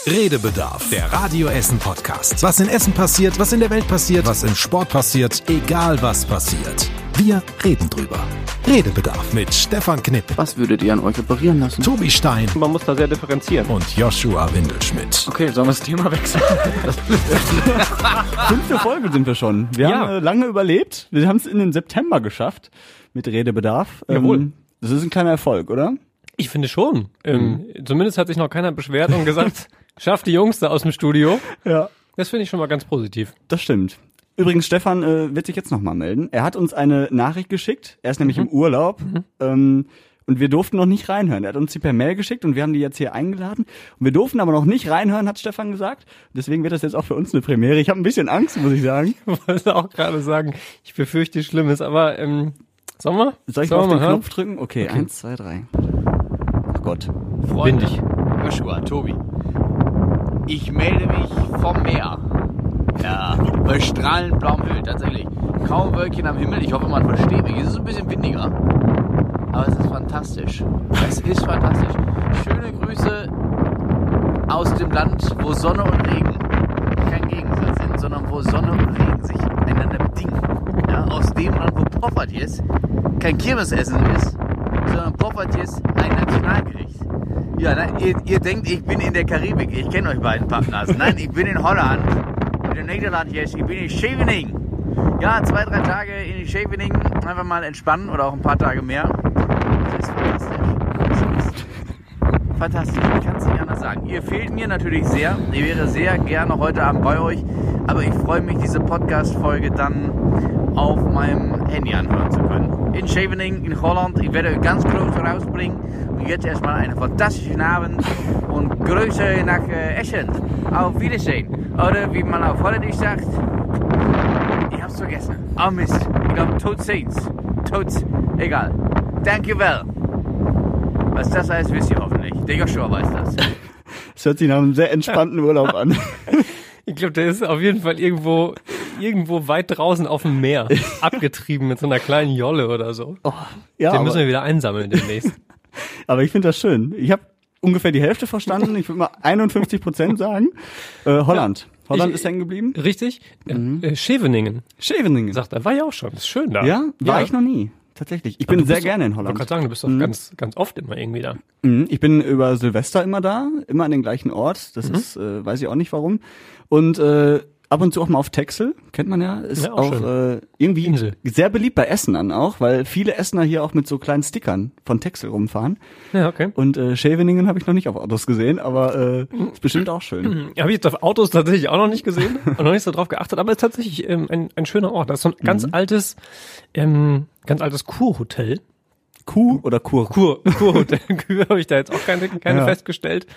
Redebedarf, der Radio Essen Podcast. Was in Essen passiert, was in der Welt passiert, was im Sport passiert, egal was passiert. Wir reden drüber. Redebedarf mit Stefan Knipp. Was würdet ihr an euch operieren lassen? Tobi Stein. Man muss da sehr differenzieren. Und Joshua Windelschmidt. Okay, sollen wir das Thema wechseln? 5. Folge sind wir schon. Wir haben lange überlebt. Wir haben es in den September geschafft mit Redebedarf. Jawohl. Das ist ein kleiner Erfolg, oder? Ich finde schon. Zumindest hat sich noch keiner beschwert und gesagt, schafft die Jungs da aus dem Studio. Ja. Das finde ich schon mal ganz positiv. Das stimmt. Übrigens, Stefan wird sich jetzt nochmal melden. Er hat uns eine Nachricht geschickt. Er ist nämlich im Urlaub. Und wir durften noch nicht reinhören. Er hat uns die per Mail geschickt und wir haben die jetzt hier eingeladen. Und wir durften aber noch nicht reinhören, hat Stefan gesagt. Deswegen wird das jetzt auch für uns eine Premiere. Ich habe ein bisschen Angst, muss ich sagen. Ich wollte auch gerade sagen, ich befürchte Schlimmes, aber sollen wir? Soll ich mal auf den Knopf drücken? Okay, 1, 2, 3. Ach Gott. Freunde, Joshua, Tobi. Ich melde mich vom Meer. Ja, bei strahlend blauem Himmel, tatsächlich. Kaum Wölkchen am Himmel, ich hoffe, man versteht mich. Es ist ein bisschen windiger, aber es ist fantastisch. Es ist fantastisch. Schöne Grüße aus dem Land, wo Sonne und Regen kein Gegensatz sind, sondern wo Sonne und Regen sich einander bedingen. Ja, aus dem Land, wo Poffertjes kein Kirmesessen ist, sondern Poffertjes ein Nationalgericht. Ja, nein, ihr denkt, ich bin in der Karibik. Ich kenne euch beiden Pappnasen. Nein, ich bin in Holland. In Nederland jetzt. Ich bin in Scheveningen. Ja, 2, 3 Tage in Scheveningen. Einfach mal entspannen oder auch ein paar Tage mehr. Das ist fantastisch. Das ist fantastisch. Ich kann es nicht anders sagen. Ihr fehlt mir natürlich sehr. Ich wäre sehr gerne heute Abend bei euch. Aber ich freue mich, diese Podcast-Folge dann auf meinem Handy anhören zu können. In Scheveningen, in Holland. Ich werde euch ganz groß rausbringen. Und jetzt erstmal einen fantastischen Abend und Grüße nach Essen. Auf Wiedersehen. Oder wie man auf Holländisch sagt, ich hab's vergessen. Oh Mist, ich glaube tot ziens. Egal. Dankjewel. Was das heißt, wisst ihr hoffentlich. Der Joshua weiß das. Das hört sich nach einem sehr entspannten Urlaub an. Ich glaube, der ist auf jeden Fall irgendwo weit draußen auf dem Meer abgetrieben mit so einer kleinen Jolle oder so. Oh, ja, den müssen wir wieder einsammeln demnächst. Aber ich finde das schön. Ich habe ungefähr die Hälfte verstanden. Ich würde mal 51% sagen. Holland. Ja, Holland ist hängen geblieben. Richtig. Scheveningen. Scheveningen. Sagt er, war ja auch schon. Ist schön da. Ja, war ich noch nie. Tatsächlich. Ich bin sehr gerne in Holland. Ich wollte gerade sagen, du bist doch ganz oft immer irgendwie da. Ich bin über Silvester immer da. Immer an den gleichen Ort. Das ist, weiß ich auch nicht warum. Und ab und zu auch mal auf Texel, kennt man ja, ist ja auch irgendwie Insel. Sehr beliebt bei Essenern auch, weil viele Essener hier auch mit so kleinen Stickern von Texel rumfahren. Ja, okay. Und Scheveningen habe ich noch nicht auf Autos gesehen, aber ist bestimmt auch schön. Habe ich jetzt auf Autos tatsächlich auch noch nicht gesehen und noch nicht so drauf geachtet, aber es ist tatsächlich ein schöner Ort. Das ist so ein ganz altes Kurhotel. Oder Kur? Kurhotel. Kühe habe ich da jetzt auch keine festgestellt.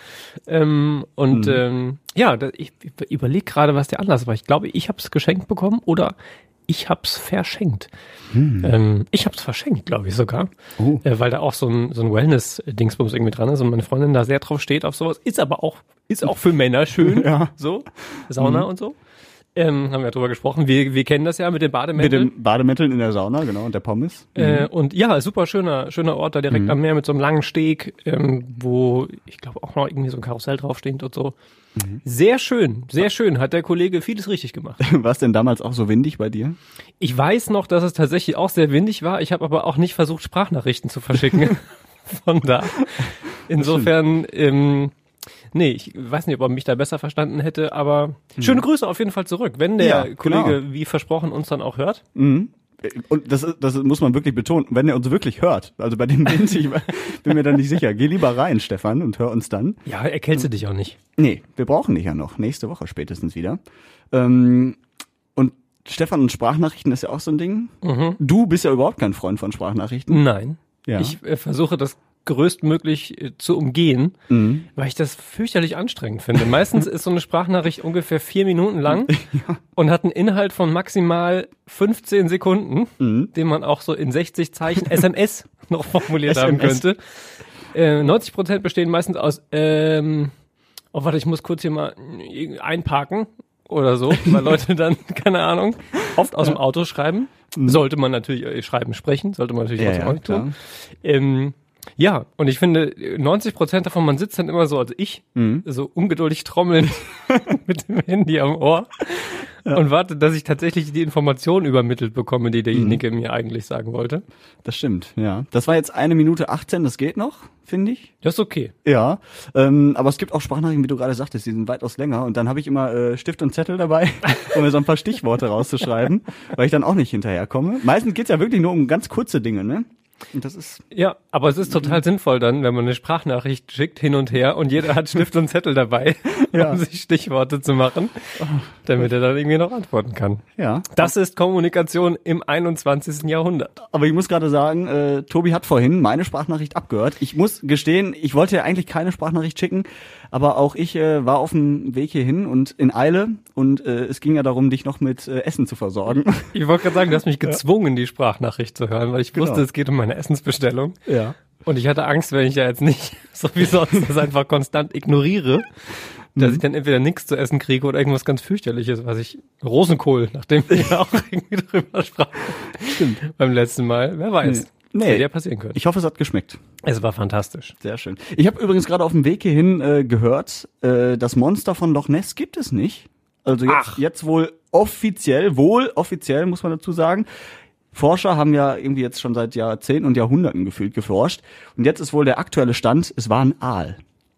Ich überlege gerade, was der Anlass war. Ich glaube, ich habe es geschenkt bekommen oder ich habe es verschenkt. Ich habe es verschenkt, glaube ich sogar. Weil da auch so ein Wellness-Dingsbums irgendwie dran ist und meine Freundin da sehr drauf steht auf sowas. Ist auch für Männer schön. Ja. So. Sauna und so. Haben wir drüber gesprochen. Wir kennen das ja mit den Bademänteln. Mit den Bademänteln in der Sauna, genau, und der Pommes. Und ja, super schöner Ort da direkt am Meer mit so einem langen Steg, wo ich glaube auch noch irgendwie so ein Karussell draufsteht und so. Sehr schön, hat der Kollege vieles richtig gemacht. War es denn damals auch so windig bei dir? Ich weiß noch, dass es tatsächlich auch sehr windig war. Ich habe aber auch nicht versucht, Sprachnachrichten zu verschicken. Von da. Insofern, nee, ich weiß nicht, ob er mich da besser verstanden hätte, aber schöne Grüße auf jeden Fall zurück, wenn der Kollege, wie versprochen, uns dann auch hört. Und das muss man wirklich betonen, wenn er uns wirklich hört. Also bei dem Wind, ich bin mir da nicht sicher. Geh lieber rein, Stefan, und hör uns dann. Ja, erkältst du dich auch nicht. Nee, wir brauchen dich ja noch. Nächste Woche spätestens wieder. Und Stefan, und Sprachnachrichten ist ja auch so ein Ding. Du bist ja überhaupt kein Freund von Sprachnachrichten. Nein. Ja. Ich versuche das größtmöglich zu umgehen, weil ich das fürchterlich anstrengend finde. Meistens ist so eine Sprachnachricht ungefähr 4 Minuten lang und hat einen Inhalt von maximal 15 Sekunden, den man auch so in 60 Zeichen SMS noch formuliert haben könnte. 90% bestehen meistens aus ich muss kurz hier mal einparken oder so, weil Leute dann, keine Ahnung, oft aus dem Auto schreiben. Sollte man natürlich sprechen, sollte man natürlich trotzdem auch nicht tun. Ja, und ich finde, 90% davon, man sitzt dann immer so, also ich, so ungeduldig trommelnd mit dem Handy am Ohr und warte, dass ich tatsächlich die Information übermittelt bekomme, die derjenige mir eigentlich sagen wollte. Das stimmt, ja. Das war jetzt 1 Minute 18, das geht noch, finde ich. Das ist okay. Ja, aber es gibt auch Sprachnachrichten, wie du gerade sagtest, die sind weitaus länger. Und dann habe ich immer Stift und Zettel dabei, um mir so ein paar Stichworte rauszuschreiben, weil ich dann auch nicht hinterherkomme. Meistens geht's ja wirklich nur um ganz kurze Dinge, ne? Und das ist ja, aber es ist total sinnvoll dann, wenn man eine Sprachnachricht schickt hin und her und jeder hat Stift und Zettel dabei, um sich Stichworte zu machen, damit er dann irgendwie noch antworten kann. Ja. Das ist Kommunikation im 21. Jahrhundert. Aber ich muss gerade sagen, Tobi hat vorhin meine Sprachnachricht abgehört. Ich muss gestehen, ich wollte ja eigentlich keine Sprachnachricht schicken, aber auch ich war auf dem Weg hierhin und in Eile und es ging ja darum, dich noch mit Essen zu versorgen. Ich wollte gerade sagen, du hast mich gezwungen, die Sprachnachricht zu hören, weil ich wusste, es geht um meine Essensbestellung. Ja. Und ich hatte Angst, wenn ich ja jetzt nicht, so wie sonst, das einfach konstant ignoriere, dass ich dann entweder nichts zu essen kriege oder irgendwas ganz fürchterliches, was ich, Rosenkohl, nachdem wir auch irgendwie drüber sprachen. Stimmt. Beim letzten Mal, wer weiß. Nee. Hätte ja passieren können. Ich hoffe, es hat geschmeckt. Es war fantastisch. Sehr schön. Ich habe übrigens gerade auf dem Weg hierhin gehört, das Monster von Loch Ness gibt es nicht. Also jetzt wohl offiziell muss man dazu sagen. Forscher haben ja irgendwie jetzt schon seit Jahrzehnten und Jahrhunderten gefühlt geforscht. Und jetzt ist wohl der aktuelle Stand, es war ein Aal.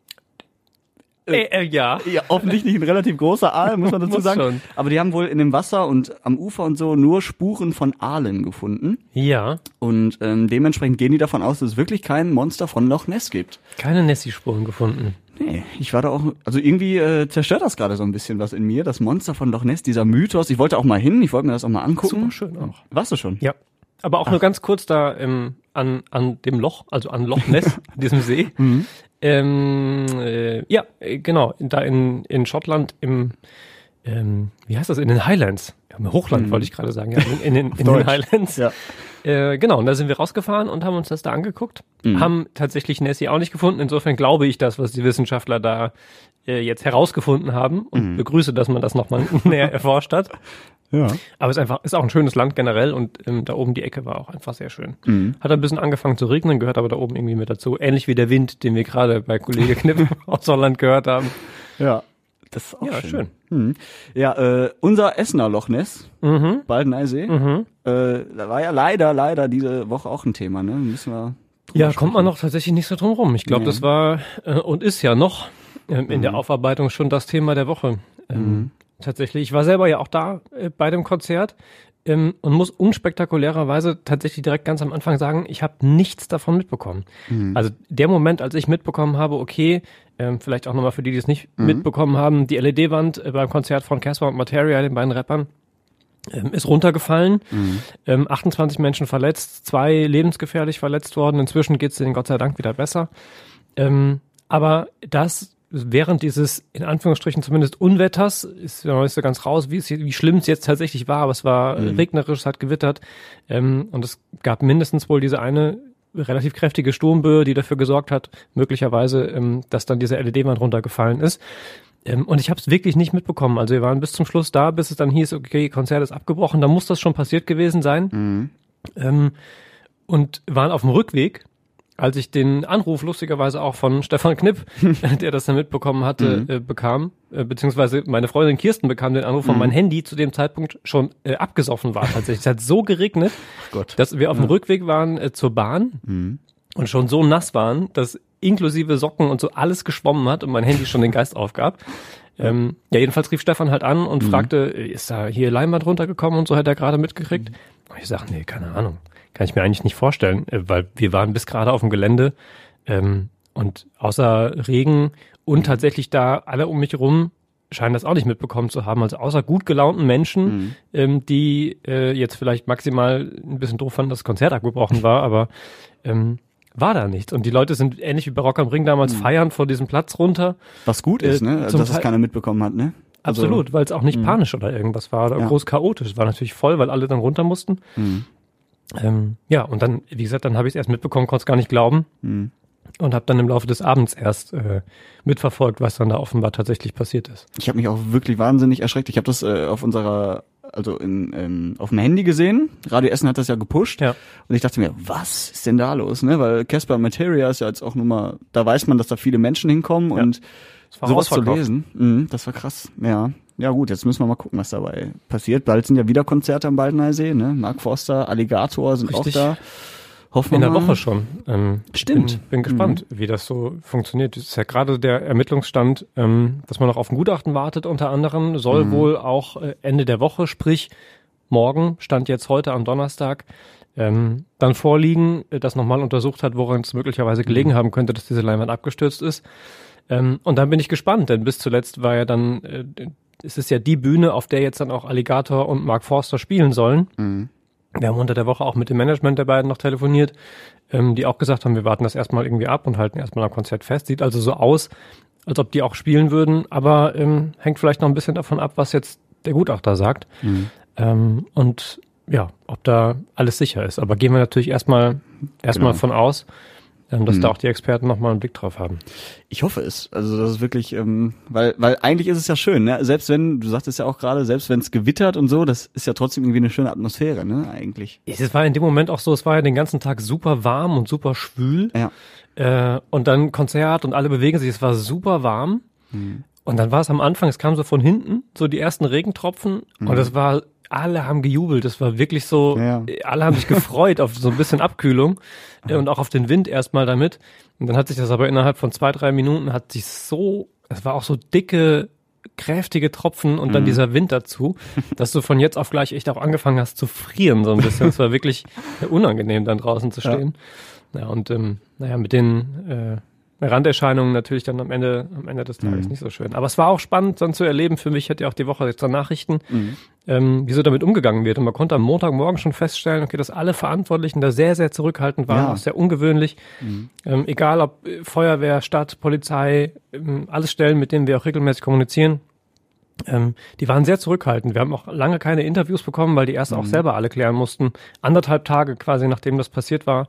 Ja. Ja, offensichtlich ein relativ großer Aal, muss man dazu sagen. Schon. Aber die haben wohl in dem Wasser und am Ufer und so nur Spuren von Aalen gefunden. Ja. Und dementsprechend gehen die davon aus, dass es wirklich kein Monster von Loch Ness gibt. Keine Nessie-Spuren gefunden. Nee, ich war da auch, also irgendwie zerstört das gerade so ein bisschen was in mir, das Monster von Loch Ness, dieser Mythos. Ich wollte auch mal hin, ich wollte mir das auch mal angucken. Super schön auch. Warst du schon? Ja. Aber auch nur ganz kurz da an dem Loch, also an Loch Ness, diesem See. Ja, genau, da in Schottland wie heißt das, in den Highlands. Ja, Hochland wollte ich gerade sagen, ja, in den Highlands. Ja. Genau, und da sind wir rausgefahren und haben uns das da angeguckt. Haben tatsächlich Nessie auch nicht gefunden. Insofern glaube ich das, was die Wissenschaftler da jetzt herausgefunden haben und begrüße, dass man das nochmal näher erforscht hat. Ja. Aber es ist auch ein schönes Land generell und da oben die Ecke war auch einfach sehr schön. Hat ein bisschen angefangen zu regnen, gehört aber da oben irgendwie mit dazu. Ähnlich wie der Wind, den wir gerade bei Kollege Knipp aus Holland gehört haben. Ja. Das ist auch ja, schön. Ja, unser Essener Loch Ness, Baldeneysee, da war ja leider diese Woche auch ein Thema, ne? Müssen wir ja, kommt man noch tatsächlich nicht so drum rum. Ich glaube, das war und ist ja noch in der Aufarbeitung schon das Thema der Woche. Tatsächlich. Ich war selber ja auch da bei dem Konzert und muss unspektakulärerweise tatsächlich direkt ganz am Anfang sagen, ich habe nichts davon mitbekommen. Also der Moment, als ich mitbekommen habe, okay, vielleicht auch nochmal für die es nicht mitbekommen haben, die LED-Wand beim Konzert von Casper und Materia, den beiden Rappern, ist runtergefallen. 28 Menschen verletzt, 2 lebensgefährlich verletzt worden. Inzwischen geht es denen Gott sei Dank wieder besser. Aber das während dieses, in Anführungsstrichen zumindest Unwetters, ist ja noch nicht so ganz raus, wie schlimm es jetzt tatsächlich war, aber es war regnerisch, es hat gewittert und es gab mindestens wohl diese eine relativ kräftige Sturmböe, die dafür gesorgt hat, möglicherweise, dass dann diese LED-Wand runtergefallen ist. Und ich habe es wirklich nicht mitbekommen. Also wir waren bis zum Schluss da, bis es dann hieß, okay, Konzert ist abgebrochen, da muss das schon passiert gewesen sein. Und waren auf dem Rückweg, als ich den Anruf lustigerweise auch von Stefan Knipp, der das dann mitbekommen hatte, bekam, beziehungsweise meine Freundin Kirsten bekam den Anruf von mein Handy zu dem Zeitpunkt schon abgesoffen war tatsächlich. Es hat so geregnet, dass wir auf dem Rückweg waren zur Bahn und schon so nass waren, dass inklusive Socken und so alles geschwommen hat und mein Handy schon den Geist aufgab. Ja, jedenfalls rief Stefan halt an und fragte, ist da hier Leinwand runtergekommen und so, hat er gerade mitgekriegt. Und ich sag, nee, keine Ahnung. Kann ich mir eigentlich nicht vorstellen, weil wir waren bis gerade auf dem Gelände und außer Regen und tatsächlich da alle um mich rum scheinen das auch nicht mitbekommen zu haben. Also außer gut gelaunten Menschen, die jetzt vielleicht maximal ein bisschen doof fanden, dass das Konzert abgebrochen war, aber war da nichts. Und die Leute sind ähnlich wie bei Rock am Ring damals feiern vor diesem Platz runter. Was gut ist, ne? Dass es keiner mitbekommen hat, ne? Also, absolut, weil es auch nicht panisch oder irgendwas war oder groß chaotisch. Es war natürlich voll, weil alle dann runter mussten. Ja, und dann, wie gesagt, dann habe ich es erst mitbekommen, konnte es gar nicht glauben und habe dann im Laufe des Abends erst mitverfolgt, was dann da offenbar tatsächlich passiert ist. Ich habe mich auch wirklich wahnsinnig erschreckt. Ich habe das auf unserer also auf dem Handy gesehen. Radio Essen hat das ja gepusht. Ja. Und ich dachte mir, was ist denn da los, ne? Weil Casper Materia ist ja jetzt auch nur mal, da weiß man, dass da viele Menschen hinkommen und sowas zu lesen. Das war krass, ja. Ja gut, jetzt müssen wir mal gucken, was dabei passiert. Bald sind ja wieder Konzerte am Baldeneysee, ne? Mark Forster, Alligator sind Richtig. Auch da. Hoffen wir in der mal. Woche schon. Stimmt. Bin gespannt, wie das so funktioniert. Das ist ja gerade der Ermittlungsstand, dass man noch auf ein Gutachten wartet unter anderem, soll wohl auch Ende der Woche, sprich morgen, Stand jetzt heute am Donnerstag, dann vorliegen, das nochmal untersucht hat, woran es möglicherweise gelegen haben könnte, dass diese Leinwand abgestürzt ist. Und dann bin ich gespannt, denn bis zuletzt war ja dann, es ist ja die Bühne, auf der jetzt dann auch Alligator und Mark Forster spielen sollen. Wir haben unter der Woche auch mit dem Management der beiden noch telefoniert, die auch gesagt haben, wir warten das erstmal irgendwie ab und halten erstmal am Konzert fest. Sieht also so aus, als ob die auch spielen würden, aber hängt vielleicht noch ein bisschen davon ab, was jetzt der Gutachter sagt. Und ja, ob da alles sicher ist. Aber gehen wir natürlich erstmal von aus, dass da auch die Experten nochmal einen Blick drauf haben. Ich hoffe es. Also das ist wirklich, weil eigentlich ist es ja schön, ne? Selbst wenn, du sagtest ja auch gerade, selbst wenn es gewittert und so, das ist ja trotzdem irgendwie eine schöne Atmosphäre, ne? Eigentlich. Es war in dem Moment auch so, es war ja den ganzen Tag super warm und super schwül. Ja. Und dann Konzert und alle bewegen sich, es war super warm. Und dann war es am Anfang, es kam so von hinten, so die ersten Regentropfen und es war, alle haben gejubelt, es war wirklich so, alle haben sich gefreut auf so ein bisschen Abkühlung und auch auf den Wind erstmal damit. Und dann hat sich das aber innerhalb von 2-3 Minuten es war auch so dicke, kräftige Tropfen und dann dieser Wind dazu, dass du von jetzt auf gleich echt auch angefangen hast zu frieren so ein bisschen. Es war wirklich unangenehm, dann draußen zu stehen. Ja, und mit den Randerscheinungen natürlich dann am Ende des Tages nicht so schön. Aber es war auch spannend dann zu erleben, für mich hat ja auch die Woche jetzt dann Nachrichten, wie so damit umgegangen wird. Und man konnte am Montagmorgen schon feststellen, okay, dass alle Verantwortlichen da sehr, sehr zurückhaltend waren, auch sehr ungewöhnlich. Egal ob Feuerwehr, Stadt, Polizei, alles Stellen, mit denen wir auch regelmäßig kommunizieren, die waren sehr zurückhaltend. Wir haben auch lange keine Interviews bekommen, weil die erst auch selber alle klären mussten. 1,5 Tage quasi, nachdem das passiert war.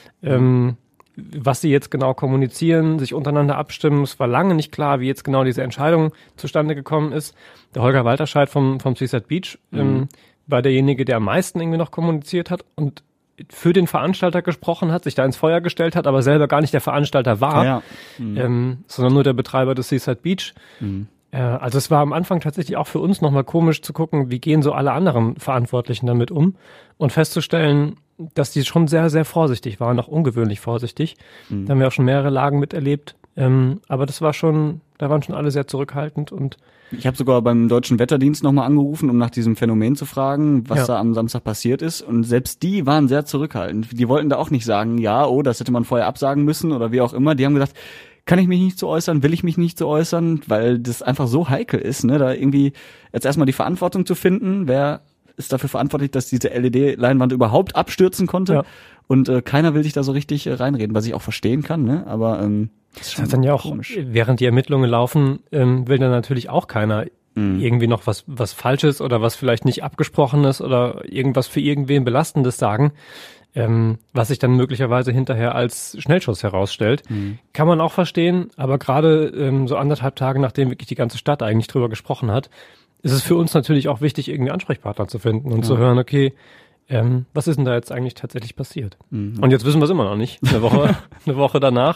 Was sie jetzt genau kommunizieren, sich untereinander abstimmen. Es war lange nicht klar, wie jetzt genau diese Entscheidung zustande gekommen ist. Der Holger Walterscheid vom Seaside Beach war derjenige, der am meisten irgendwie noch kommuniziert hat und für den Veranstalter gesprochen hat, sich da ins Feuer gestellt hat, aber selber gar nicht der Veranstalter war, sondern nur der Betreiber des Seaside Beach. Also es war am Anfang tatsächlich auch für uns nochmal komisch zu gucken, wie gehen so alle anderen Verantwortlichen damit um und festzustellen, dass die schon sehr, sehr vorsichtig waren, auch ungewöhnlich vorsichtig. Da haben wir auch schon mehrere Lagen miterlebt. Aber da waren schon alle sehr zurückhaltend. Und ich habe sogar beim Deutschen Wetterdienst nochmal angerufen, um nach diesem Phänomen zu fragen, was da am Samstag passiert ist. Und selbst die waren sehr zurückhaltend. Die wollten da auch nicht sagen, das hätte man vorher absagen müssen oder wie auch immer. Die haben gesagt, kann ich mich nicht so äußern, will ich mich nicht so äußern, weil das einfach so heikel ist, ne, da irgendwie jetzt erstmal die Verantwortung zu finden, wer ist dafür verantwortlich, dass diese LED-Leinwand überhaupt abstürzen konnte. Ja. Und keiner will sich da so richtig reinreden, was ich auch verstehen kann, ne? Aber das ist dann ja auch komisch. Während die Ermittlungen laufen, will dann natürlich auch keiner irgendwie noch was Falsches oder was vielleicht nicht abgesprochenes oder irgendwas für irgendwen Belastendes sagen, was sich dann möglicherweise hinterher als Schnellschuss herausstellt. Kann man auch verstehen, aber gerade so 1,5 Tage, nachdem wirklich die ganze Stadt eigentlich drüber gesprochen hat, ist es für uns natürlich auch wichtig, irgendwie Ansprechpartner zu finden und zu hören, okay, was ist denn da jetzt eigentlich tatsächlich passiert? Und jetzt wissen wir es immer noch nicht, eine Woche danach.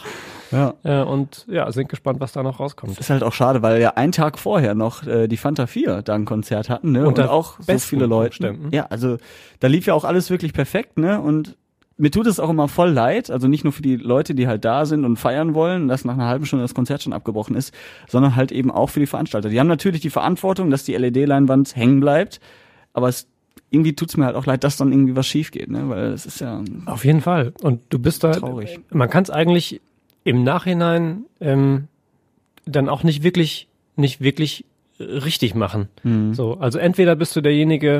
Sind gespannt, was da noch rauskommt. Ist halt auch schade, weil ja einen Tag vorher noch die Fanta 4 da ein Konzert hatten, ne? Und auch so viele Leute. Ja, also da lief ja auch alles wirklich perfekt, ne? Und mir tut es auch immer voll leid, also nicht nur für die Leute, die halt da sind und feiern wollen, dass nach einer halben Stunde das Konzert schon abgebrochen ist, sondern halt eben auch für die Veranstalter. Die haben natürlich die Verantwortung, dass die LED-Leinwand hängen bleibt, aber irgendwie tut's mir halt auch leid, dass dann irgendwie was schief geht, ne? Weil es ist ja auf jeden Fall. Und du bist da traurig. Man kann es eigentlich im Nachhinein dann auch nicht wirklich richtig machen. So, also entweder bist du derjenige,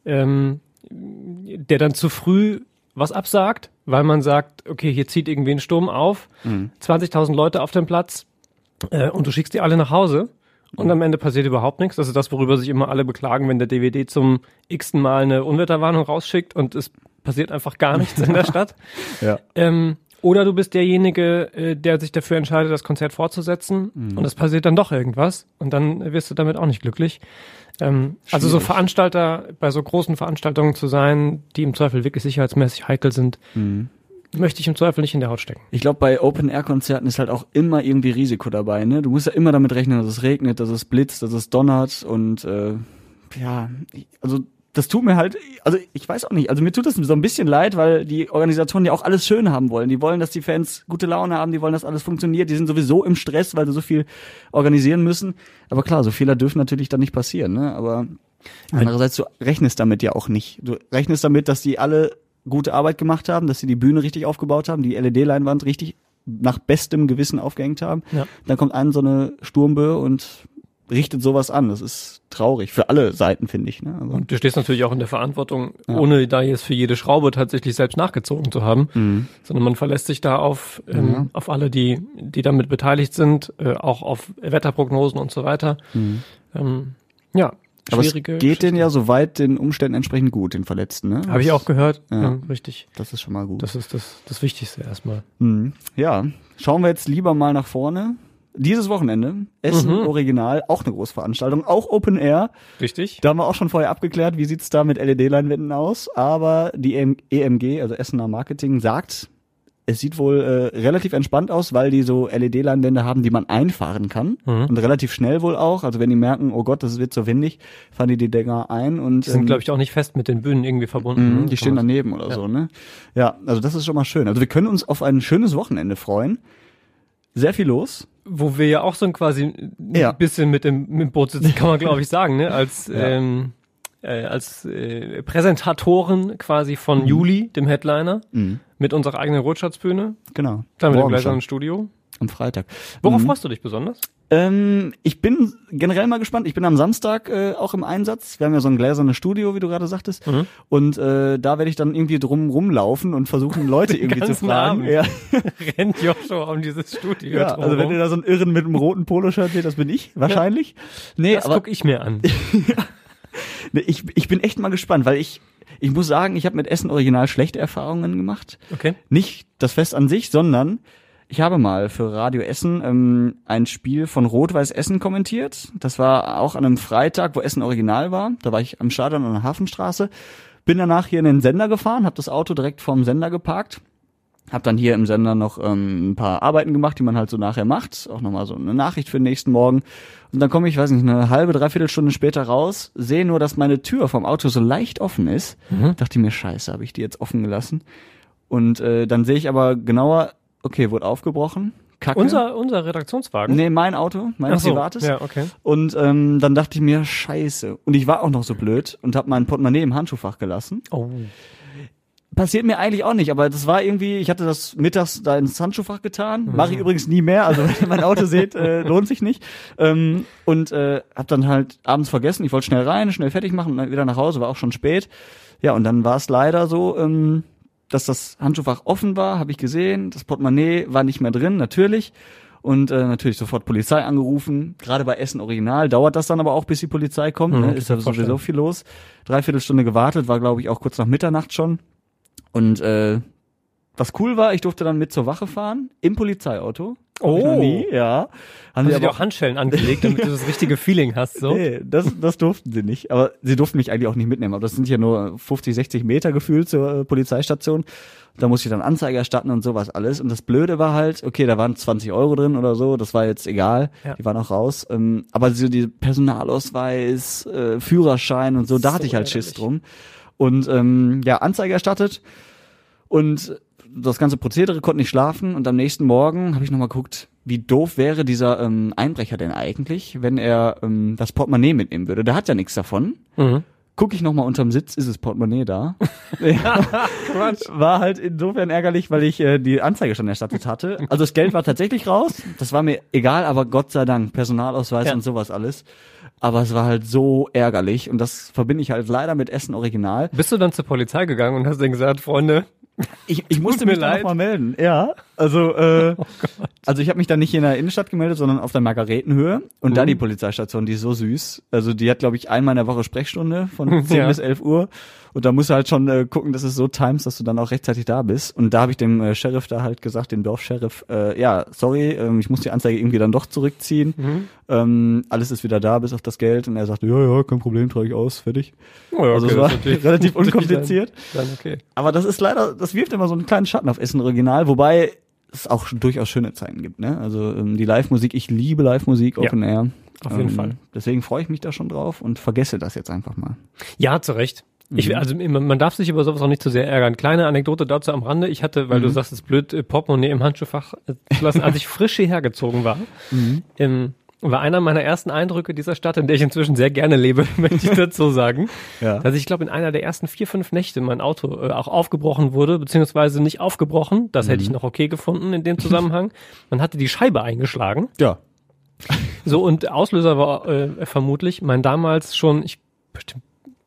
der dann zu früh was absagt, weil man sagt, okay, hier zieht irgendwie ein Sturm auf, 20.000 Leute auf dem Platz und du schickst die alle nach Hause und am Ende passiert überhaupt nichts. Das ist das, worüber sich immer alle beklagen, wenn der DWD zum x-ten Mal eine Unwetterwarnung rausschickt und es passiert einfach gar nichts in der Stadt. Oder du bist derjenige, der sich dafür entscheidet, das Konzert fortzusetzen und es passiert dann doch irgendwas und dann wirst du damit auch nicht glücklich. Also so Veranstalter, bei so großen Veranstaltungen zu sein, die im Zweifel wirklich sicherheitsmäßig heikel sind, möchte ich im Zweifel nicht in der Haut stecken. Ich glaube, bei Open-Air-Konzerten ist halt auch immer irgendwie Risiko dabei, ne? Du musst ja immer damit rechnen, dass es regnet, dass es blitzt, dass es donnert und also das tut mir halt, also ich weiß auch nicht, also mir tut das so ein bisschen leid, weil die Organisatoren ja auch alles schön haben wollen. Die wollen, dass die Fans gute Laune haben, die wollen, dass alles funktioniert. Die sind sowieso im Stress, weil sie so viel organisieren müssen. Aber klar, so Fehler dürfen natürlich dann nicht passieren, ne? Aber andererseits, du rechnest damit ja auch nicht. Du rechnest damit, dass die alle gute Arbeit gemacht haben, dass sie die Bühne richtig aufgebaut haben, die LED-Leinwand richtig nach bestem Gewissen aufgehängt haben. Ja. Dann kommt so eine Sturmböe und richtet sowas an. Das ist traurig. Für alle Seiten, finde ich. Ne? Also, und du stehst natürlich auch in der Verantwortung, ohne da jetzt für jede Schraube tatsächlich selbst nachgezogen zu haben, sondern man verlässt sich da auf alle, die damit beteiligt sind, auch auf Wetterprognosen und so weiter. Aber es geht denen ja soweit den Umständen entsprechend gut, den Verletzten. Ne? Habe ich auch gehört. Ja, richtig. Das ist schon mal gut. Das ist das Wichtigste erstmal. Ja, schauen wir jetzt lieber mal nach vorne. Dieses Wochenende, Essen Original, auch eine Großveranstaltung, auch Open Air. Richtig. Da haben wir auch schon vorher abgeklärt, wie sieht's da mit LED-Leinwänden aus. Aber die EMG, also Essener Marketing, sagt, es sieht wohl relativ entspannt aus, weil die so LED-Leinwände haben, die man einfahren kann. Und relativ schnell wohl auch. Also wenn die merken, oh Gott, das wird so windig, fahren die Dinger ein. Und die sind, glaube ich, auch nicht fest mit den Bühnen irgendwie verbunden. Die stehen daneben oder so, ne? Ja, also das ist schon mal schön. Also wir können uns auf ein schönes Wochenende freuen. Sehr viel los. Wo wir ja auch so quasi ein bisschen mit dem Boot sitzen, kann man glaube ich sagen, ne? Als Präsentatoren quasi von Juli, dem Headliner, mit unserer eigenen Rotschatzbühne. Genau. Dann mit dem gläsernen Studio. Am Freitag. Worauf freust du dich besonders? Ich bin generell mal gespannt. Ich bin am Samstag auch im Einsatz. Wir haben ja so ein gläsernes Studio, wie du gerade sagtest. Und da werde ich dann irgendwie drum rumlaufen und versuchen, Leute irgendwie zu fragen. Ja. Rennt Joshua um dieses Studio drum also wenn ihr da so einen Irren mit einem roten Poloshirt seht, das bin ich wahrscheinlich. Nee, das guck ich mir an. Nee, ich bin echt mal gespannt, weil ich muss sagen, ich habe mit Essen Original schlechte Erfahrungen gemacht. Okay. Nicht das Fest an sich, sondern ich habe mal für Radio Essen ein Spiel von Rot-Weiß Essen kommentiert. Das war auch an einem Freitag, wo Essen Original war. Da war ich am Stadion an der Hafenstraße. Bin danach hier in den Sender gefahren, habe das Auto direkt vorm Sender geparkt. Hab dann hier im Sender noch ein paar Arbeiten gemacht, die man halt so nachher macht. Auch nochmal so eine Nachricht für den nächsten Morgen. Und dann komme ich, weiß nicht, eine halbe, dreiviertel Stunde später raus, sehe nur, dass meine Tür vom Auto so leicht offen ist. Dachte mir, scheiße, habe ich die jetzt offen gelassen. Und dann sehe ich aber genauer, okay, wurde aufgebrochen. Kacke. Unser Redaktionswagen? Nee, mein Auto, mein privates. Ja, okay. Und dann dachte ich mir, scheiße. Und ich war auch noch so blöd und habe mein Portemonnaie im Handschuhfach gelassen. Oh. Passiert mir eigentlich auch nicht, aber das war irgendwie, ich hatte das mittags da ins Handschuhfach getan. Mache ich übrigens nie mehr, also wenn ihr mein Auto seht, lohnt sich nicht. Und hab dann halt abends vergessen, ich wollte schnell rein, schnell fertig machen und dann wieder nach Hause, war auch schon spät. Ja, und dann war es leider so, dass das Handschuhfach offen war, habe ich gesehen. Das Portemonnaie war nicht mehr drin, natürlich. Und natürlich sofort Polizei angerufen. Gerade bei Essen Original dauert das dann aber auch, bis die Polizei kommt. Ne? Ist ja sowieso viel los. 3/4 Stunde gewartet, war glaube ich auch kurz nach Mitternacht schon. Und was cool war, ich durfte dann mit zur Wache fahren, im Polizeiauto. Oh, noch nie, ja. Haben sie dir auch Handschellen angelegt, damit du das richtige Feeling hast, so? Nee, das durften sie nicht. Aber sie durften mich eigentlich auch nicht mitnehmen. Aber das sind ja nur 50, 60 Meter gefühlt zur Polizeistation. Da musste ich dann Anzeige erstatten und sowas alles. Und das Blöde war halt, okay, da waren 20 € drin oder so, das war jetzt egal. Ja. Die waren auch raus. Aber so die Personalausweis, Führerschein und so, da hatte ich halt Schiss drum. Und Anzeige erstattet. Und das ganze Prozedere, konnte nicht schlafen. Und am nächsten Morgen habe ich nochmal geguckt, wie doof wäre dieser Einbrecher denn eigentlich, wenn er das Portemonnaie mitnehmen würde. Der hat ja nichts davon. Gucke ich nochmal unterm Sitz, ist das Portemonnaie da. War halt insofern ärgerlich, weil ich die Anzeige schon erstattet hatte. Also das Geld war tatsächlich raus. Das war mir egal, aber Gott sei Dank, Personalausweis und sowas alles. Aber es war halt so ärgerlich und das verbinde ich halt leider mit Essen Original. Bist du dann zur Polizei gegangen und hast denen gesagt, Freunde, Ich musste mir mich da leid. noch mal melden. Ja, also also ich habe mich dann nicht hier in der Innenstadt gemeldet, sondern auf der Margaretenhöhe. Und da die Polizeistation, die ist so süß. Also die hat, glaube ich, einmal in der Woche Sprechstunde von 10 bis 11 Uhr. Und da musst du halt schon gucken, dass es so times, dass du dann auch rechtzeitig da bist. Und da habe ich dem Sheriff da halt gesagt, dem Dorfsheriff, ja, sorry, ich muss die Anzeige irgendwie dann doch zurückziehen. Alles ist wieder da, bis auf das Geld. Und er sagte, ja, kein Problem, trage ich aus, fertig. Oh ja, Also okay, es war das ist natürlich relativ unkompliziert. Dann okay. Aber das ist leider, das wirft immer so einen kleinen Schatten auf Essen Original, wobei es auch durchaus schöne Zeiten gibt, ne? Also die Live-Musik, ich liebe Live-Musik, Open Air. Auf jeden Fall. Deswegen freue ich mich da schon drauf und vergesse das jetzt einfach mal. Ja, zu Recht. Also man darf sich über sowas auch nicht zu sehr ärgern. Kleine Anekdote dazu am Rande. Ich hatte, weil du sagst, es ist blöd, Portemonnaie im Handschuhfach zu lassen, als ich frisch hierher gezogen war. War einer meiner ersten Eindrücke dieser Stadt, in der ich inzwischen sehr gerne lebe, möchte ich dazu sagen. Ja. Dass ich glaube, in einer der ersten 4-5 Nächte mein Auto auch aufgebrochen wurde, beziehungsweise nicht aufgebrochen. Das hätte ich noch okay gefunden in dem Zusammenhang. Man hatte die Scheibe eingeschlagen. Ja. So, und Auslöser war vermutlich mein damals schon, bestimmt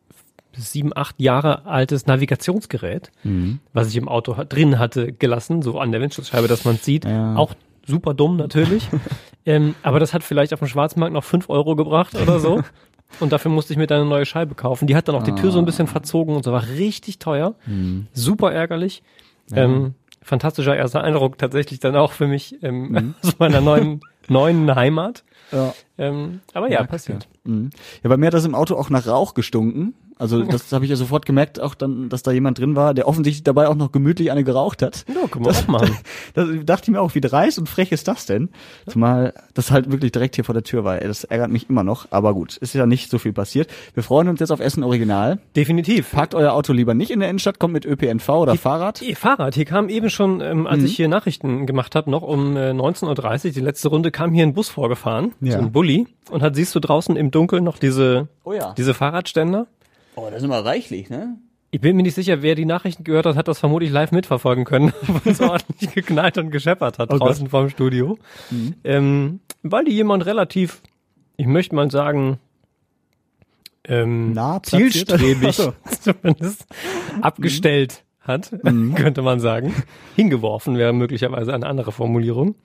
7-8 Jahre altes Navigationsgerät, was ich im Auto drin hatte gelassen, so an der Windschutzscheibe, dass man es sieht. Ja. Auch super dumm natürlich. Aber das hat vielleicht auf dem Schwarzmarkt noch 5 Euro gebracht oder so. Und dafür musste ich mir dann eine neue Scheibe kaufen. Die hat dann auch die Tür so ein bisschen verzogen und so, war richtig teuer. Super ärgerlich. Fantastischer erster Eindruck tatsächlich dann auch für mich aus meiner neuen Heimat. Ja. Aber ja, passiert. Ja, bei mir hat das im Auto auch nach Rauch gestunken. Also das habe ich ja sofort gemerkt, auch dann, dass da jemand drin war, der offensichtlich dabei auch noch gemütlich eine geraucht hat. Ja, können wir auch machen. Das dachte ich mir auch, wie dreist und frech ist das denn? Zumal das halt wirklich direkt hier vor der Tür war. Das ärgert mich immer noch, aber gut, ist ja nicht so viel passiert. Wir freuen uns jetzt auf Essen Original. Definitiv. Parkt euer Auto lieber nicht in der Innenstadt, kommt mit ÖPNV oder Fahrrad. Fahrrad. Hier kam eben schon, als ich hier Nachrichten gemacht habe, noch um 19.30 Uhr, die letzte Runde, kam hier ein Bus vorgefahren, so ein Bulli, und siehst du draußen im Dunkeln noch diese Fahrradständer. Oh, das ist immer reichlich, ne? Ich bin mir nicht sicher, wer die Nachrichten gehört hat das vermutlich live mitverfolgen können, weil es ordentlich geknallt und gescheppert hat draußen vorm Studio. Weil die jemand relativ, ich möchte mal sagen, zielstrebig zumindest abgestellt hat, könnte man sagen. Hingeworfen wäre möglicherweise eine andere Formulierung.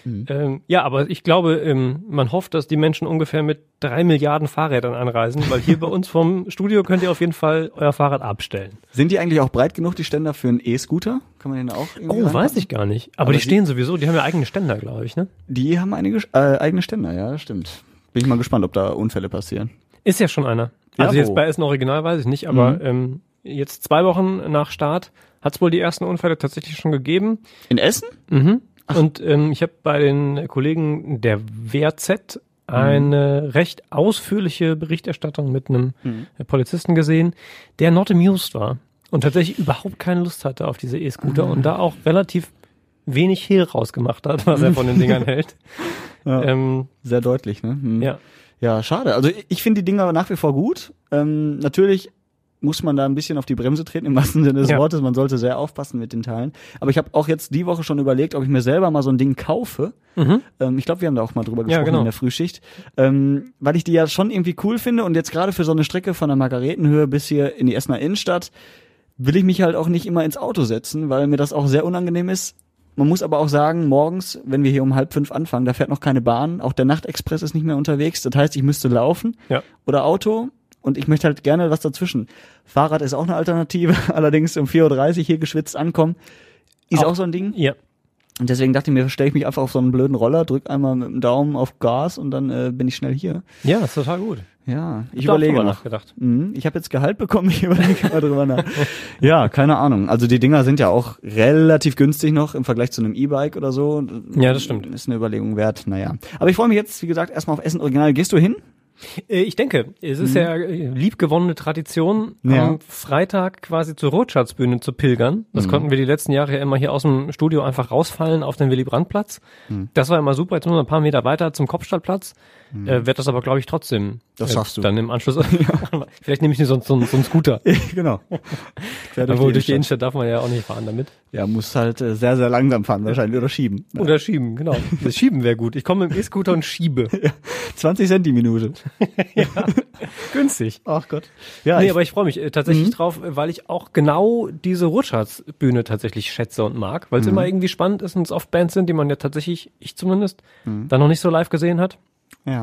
Ja, aber ich glaube, man hofft, dass die Menschen ungefähr mit 3 Milliarden Fahrrädern anreisen, weil hier bei uns vom Studio könnt ihr auf jeden Fall euer Fahrrad abstellen. Sind die eigentlich auch breit genug, die Ständer, für einen E-Scooter? Kann man den auch irgendwie weiß ich gar nicht. Aber die stehen sowieso, die haben ja eigene Ständer, glaube ich, ne? Die haben eigene Ständer, ja, das stimmt. Bin ich mal gespannt, ob da Unfälle passieren. Ist ja schon einer. Ja, also jetzt bei Essen Original weiß ich nicht, aber jetzt 2 Wochen nach Start hat es wohl die ersten Unfälle tatsächlich schon gegeben. In Essen? Und ich habe bei den Kollegen der WZ eine recht ausführliche Berichterstattung mit einem Polizisten gesehen, der not amused war und tatsächlich überhaupt keine Lust hatte auf diese E-Scooter und da auch relativ wenig Hehl rausgemacht hat, was er von den Dingern hält. Sehr deutlich, ne? Ja. Ja, schade. Also ich finde die Dinger nach wie vor gut. Natürlich muss man da ein bisschen auf die Bremse treten, im wahrsten Sinne des Wortes. Man sollte sehr aufpassen mit den Teilen. Aber ich habe auch jetzt die Woche schon überlegt, ob ich mir selber mal so ein Ding kaufe. Ich glaube, wir haben da auch mal drüber gesprochen in der Frühschicht. Weil ich die ja schon irgendwie cool finde und jetzt gerade für so eine Strecke von der Margaretenhöhe bis hier in die Essener Innenstadt will ich mich halt auch nicht immer ins Auto setzen, weil mir das auch sehr unangenehm ist. Man muss aber auch sagen, morgens, wenn wir hier um 4:30 anfangen, da fährt noch keine Bahn. Auch der Nachtexpress ist nicht mehr unterwegs. Das heißt, ich müsste laufen oder Auto. Und ich möchte halt gerne was dazwischen. Fahrrad ist auch eine Alternative. Allerdings um 4:30 Uhr hier geschwitzt ankommen. Ist auch so ein Ding. Ja. Und deswegen dachte ich mir, stelle ich mich einfach auf so einen blöden Roller, drück einmal mit dem Daumen auf Gas und dann bin ich schnell hier. Ja, das ist total gut. Ja, ich überlege drüber noch. Nachgedacht. Ich habe jetzt Gehalt bekommen, ich überlege mal drüber nach. Ja, keine Ahnung. Also die Dinger sind ja auch relativ günstig noch im Vergleich zu einem E-Bike oder so. Ja, das stimmt. Ist eine Überlegung wert, naja. Aber ich freue mich jetzt, wie gesagt, erstmal auf Essen Original. Gehst du hin? Ich denke, es ist ja liebgewonnene Tradition, am Freitag quasi zur Rotschatzbühne zu pilgern. Das konnten wir die letzten Jahre ja immer hier aus dem Studio einfach rausfallen auf den Willy-Brandt-Platz. Das war immer super, jetzt nur ein paar Meter weiter zum Kopfstadtplatz. Wird das aber, glaube ich, trotzdem. Das schaffst du. Dann im Anschluss. Vielleicht nehme ich so einen Scooter. Genau. Obwohl durch die Innenstadt darf man ja auch nicht fahren damit. Ja, muss halt sehr, sehr langsam fahren wahrscheinlich oder schieben. Oder schieben, genau. Das Schieben wäre gut. Ich komme mit dem E-Scooter und schiebe. 20 Cent die Minute. Günstig. Ach Gott. Ja, Nee, aber ich freue mich tatsächlich drauf, weil ich auch genau diese Rutscharts-Bühne tatsächlich schätze und mag, weil es immer irgendwie spannend ist und es oft Bands sind, die man ja tatsächlich, ich zumindest, da noch nicht so live gesehen hat. ja.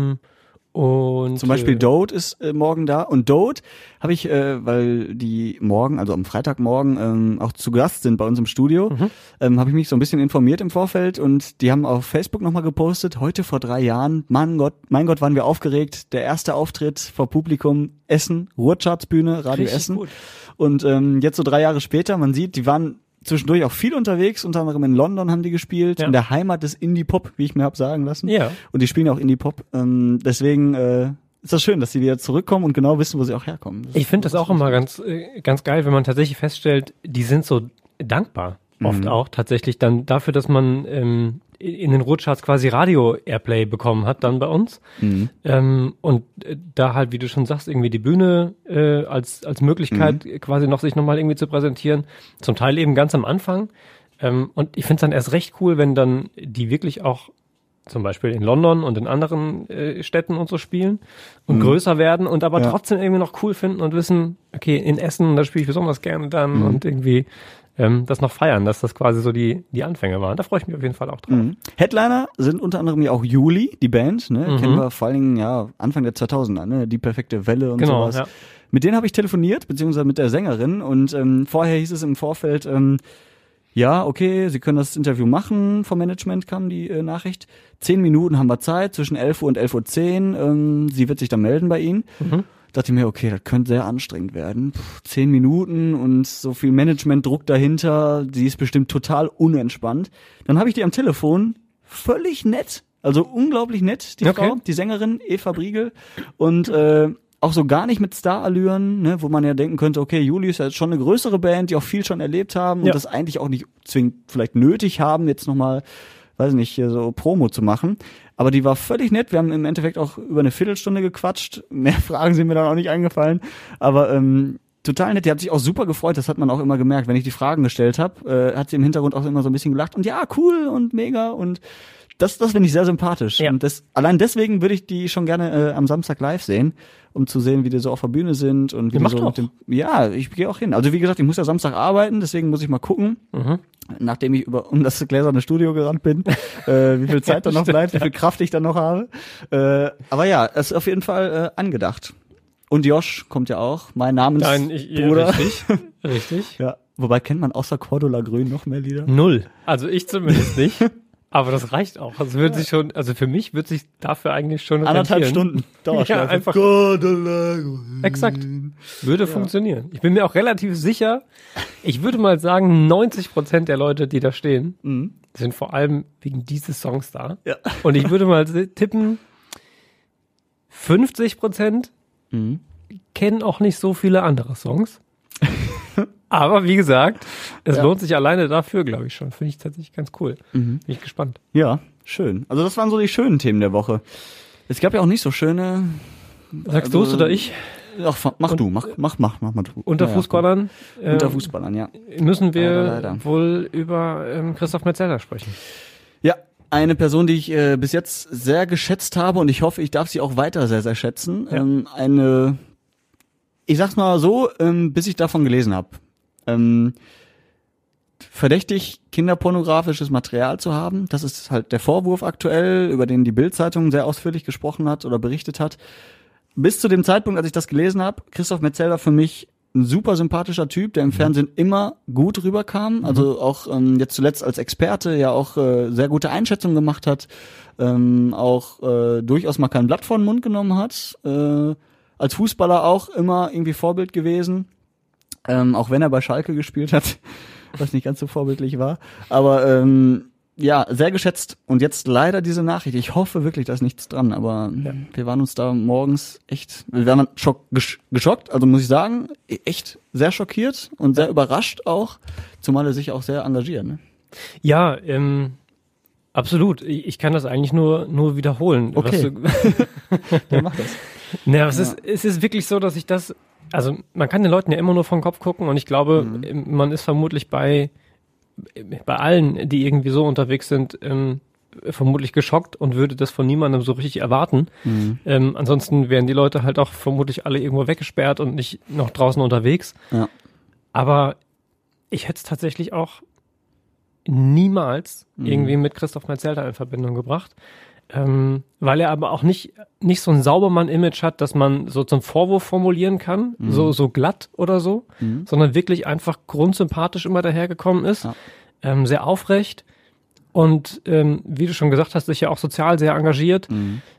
Und Zum Beispiel Dode ist morgen da. Und Dode habe ich, weil die morgen, also am Freitagmorgen, auch zu Gast sind bei uns im Studio, habe ich mich so ein bisschen informiert im Vorfeld und die haben auf Facebook nochmal gepostet, heute vor 3 Jahren, mein Gott, waren wir aufgeregt, der erste Auftritt vor Publikum, Essen, Ruhrchartsbühne, Radio Richtig Essen. gut. Und jetzt so 3 Jahre später, man sieht, die waren zwischendurch auch viel unterwegs, unter anderem in London haben die gespielt, in der Heimat des Indie-Pop, wie ich mir hab sagen lassen. Ja. Und die spielen auch Indie-Pop. Deswegen ist das schön, dass die wieder zurückkommen und genau wissen, wo sie auch herkommen. Ich finde das auch immer ganz geil, wenn man tatsächlich feststellt, die sind so dankbar. Oft auch tatsächlich dann dafür, dass man in den Ruhrcharts quasi Radio-Airplay bekommen hat dann bei uns. Und da halt, wie du schon sagst, irgendwie die Bühne als Möglichkeit quasi noch sich nochmal irgendwie zu präsentieren. Zum Teil eben ganz am Anfang. Und ich finde es dann erst recht cool, wenn dann die wirklich auch zum Beispiel in London und in anderen Städten und so spielen und größer werden und aber trotzdem irgendwie noch cool finden und wissen, okay, in Essen, da spiele ich besonders gerne dann und irgendwie das noch feiern, dass das quasi so die Anfänge waren. Da freue ich mich auf jeden Fall auch drauf. Headliner sind unter anderem ja auch Juli, die Band, ne? Kennen wir vor allen Dingen ja Anfang der 2000er, ne? Die perfekte Welle und sowas. Ja. Mit denen habe ich telefoniert, beziehungsweise mit der Sängerin und vorher hieß es im Vorfeld, ja, okay, Sie können das Interview machen, vom Management kam die Nachricht. 10 Minuten haben wir Zeit, zwischen 11 Uhr und 11.10 Uhr, sie wird sich dann melden bei Ihnen. Dachte mir, okay, das könnte sehr anstrengend werden. 10 Minuten und so viel Managementdruck dahinter, die ist bestimmt total unentspannt. Dann habe ich die am Telefon, völlig nett, also unglaublich nett, die Frau, die Sängerin Eva Briegel und auch so gar nicht mit Starallüren, ne, wo man ja denken könnte, okay, Juli ist ja jetzt schon eine größere Band, die auch viel schon erlebt haben und das eigentlich auch nicht zwingend vielleicht nötig haben, jetzt nochmal, weiß nicht, hier so Promo zu machen. Aber die war völlig nett. Wir haben im Endeffekt auch über eine Viertelstunde gequatscht. Mehr Fragen sind mir dann auch nicht eingefallen. Aber total nett. Die hat sich auch super gefreut. Das hat man auch immer gemerkt. Wenn ich die Fragen gestellt habe, hat sie im Hintergrund auch immer so ein bisschen gelacht. Und ja, cool und mega. Und das finde ich sehr sympathisch. Ja. Und allein deswegen würde ich die schon gerne am Samstag live sehen, um zu sehen, wie die so auf der Bühne sind und wie die so mit dem. Ja, ich gehe auch hin. Also wie gesagt, ich muss ja Samstag arbeiten, deswegen muss ich mal gucken. Nachdem ich um das gläserne Studio gerannt bin, wie viel Zeit da noch bleibt, wie viel Kraft ich dann noch habe. Aber ja, es ist auf jeden Fall angedacht. Und Josh kommt ja auch, mein Namensbruder. Richtig. Ja, wobei kennt man außer Cordula Grün noch mehr Lieder? 0. Also ich zumindest nicht. Aber das reicht auch. Also wird sich schon, also für mich wird sich dafür eigentlich schon 1,5 Stunden Dauerschleife. Ja, einfach. Exakt. Würde funktionieren. Ich bin mir auch relativ sicher, ich würde mal sagen, 90% der Leute, die da stehen, sind vor allem wegen dieses Songs da. Ja. Und ich würde mal tippen, 50% kennen auch nicht so viele andere Songs. Aber wie gesagt, es lohnt sich alleine dafür, glaube ich schon. Finde ich tatsächlich ganz cool. Bin ich gespannt. Ja, schön. Also das waren so die schönen Themen der Woche. Es gab ja auch nicht so schöne. Sagst du es oder ich? Ach, mach mal du. Unter Fußballern? Unter Fußballern, ja. Müssen wir wohl über Christoph Metzelder sprechen. Ja, eine Person, die ich bis jetzt sehr geschätzt habe und ich hoffe, ich darf sie auch weiter sehr, sehr schätzen. Ja. Ich sag's mal so, bis ich davon gelesen habe. Verdächtig, kinderpornografisches Material zu haben. Das ist halt der Vorwurf aktuell, über den die Bild-Zeitung sehr ausführlich gesprochen hat oder berichtet hat. Bis zu dem Zeitpunkt, als ich das gelesen habe, Christoph Metzelder für mich ein super sympathischer Typ, der im Fernsehen immer gut rüberkam. Also auch jetzt zuletzt als Experte ja auch sehr gute Einschätzungen gemacht hat. Auch durchaus mal kein Blatt vor den Mund genommen hat. Als Fußballer auch immer irgendwie Vorbild gewesen. Auch wenn er bei Schalke gespielt hat, was nicht ganz so vorbildlich war. Aber ja, sehr geschätzt. Und jetzt leider diese Nachricht. Ich hoffe wirklich, da ist nichts dran. Aber wir waren uns da morgens wir waren geschockt. Also muss ich sagen, echt sehr schockiert und sehr überrascht auch. Zumal er sich auch sehr engagiert. Ne? Ja, absolut. Ich kann das eigentlich nur wiederholen. Okay. Wer macht das? Naja, es ist wirklich so, dass ich das, also man kann den Leuten ja immer nur vom Kopf gucken und ich glaube, man ist vermutlich bei allen, die irgendwie so unterwegs sind, vermutlich geschockt und würde das von niemandem so richtig erwarten. Ansonsten wären die Leute halt auch vermutlich alle irgendwo weggesperrt und nicht noch draußen unterwegs. Ja. Aber ich hätte es tatsächlich auch niemals irgendwie mit Christoph Metzelder in Verbindung gebracht. Weil er aber auch nicht so ein Saubermann-Image hat, dass man so zum Vorwurf formulieren kann, so glatt oder so, sondern wirklich einfach grundsympathisch immer dahergekommen ist, sehr aufrecht und wie du schon gesagt hast, sich ja auch sozial sehr engagiert.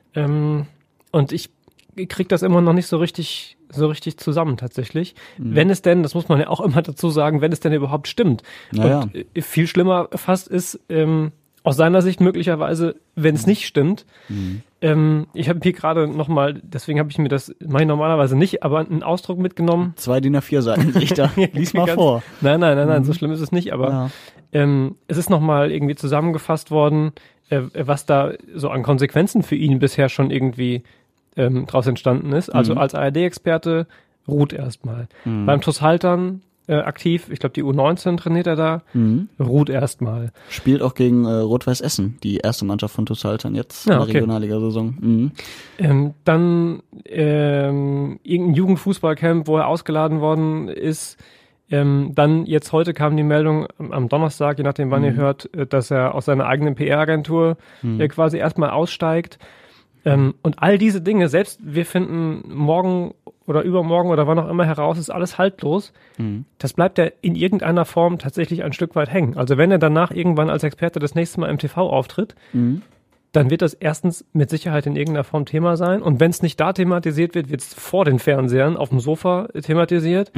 Und ich krieg das immer noch nicht so richtig zusammen tatsächlich. Wenn es denn, das muss man ja auch immer dazu sagen, wenn es denn überhaupt stimmt. Naja. Und viel schlimmer fast ist, aus seiner Sicht möglicherweise, wenn es nicht stimmt. Ich habe hier gerade nochmal, deswegen habe ich mir das, mache ich normalerweise nicht, aber einen Ausdruck mitgenommen. 2 DIN A4 Seiten, Richter. Lies mal vor. Nein, so schlimm ist es nicht, aber es ist nochmal irgendwie zusammengefasst worden, was da so an Konsequenzen für ihn bisher schon irgendwie draus entstanden ist. Also als ARD-Experte ruht erstmal. Beim TuS Haltern aktiv, ich glaube die U19 trainiert er da, ruht erstmal. Spielt auch gegen Rot-Weiß Essen, die erste Mannschaft von TuS Haltern jetzt in der Regionalliga-Saison. Dann irgendein Jugendfußballcamp, wo er ausgeladen worden ist. Dann jetzt heute kam die Meldung am Donnerstag, je nachdem wann ihr hört, dass er aus seiner eigenen PR-Agentur quasi erstmal aussteigt. Und all diese Dinge, selbst wir finden morgen oder übermorgen oder wann auch immer heraus, ist alles haltlos. Das bleibt ja in irgendeiner Form tatsächlich ein Stück weit hängen. Also wenn er danach irgendwann als Experte das nächste Mal im TV auftritt, dann wird das erstens mit Sicherheit in irgendeiner Form Thema sein. Und wenn es nicht da thematisiert wird, wird es vor den Fernsehern auf dem Sofa thematisiert.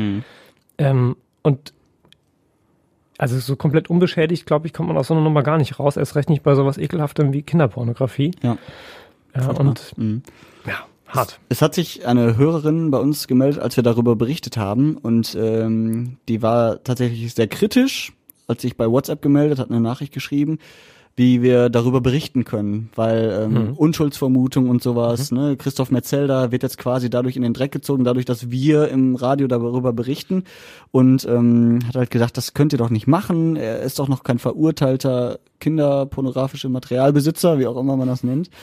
Und also so komplett unbeschädigt, glaube ich, kommt man aus so einer Nummer gar nicht raus. Erst recht nicht bei sowas Ekelhaftem wie Kinderpornografie. Ja, und hart. Es hat sich eine Hörerin bei uns gemeldet, als wir darüber berichtet haben. Und die war tatsächlich sehr kritisch, als sich bei WhatsApp gemeldet, hat eine Nachricht geschrieben, wie wir darüber berichten können, weil Unschuldsvermutung und sowas, ne, Christoph Metzelder wird jetzt quasi dadurch in den Dreck gezogen, dadurch, dass wir im Radio darüber berichten und hat halt gesagt, das könnt ihr doch nicht machen, er ist doch noch kein verurteilter kinderpornografischer Materialbesitzer, wie auch immer man das nennt.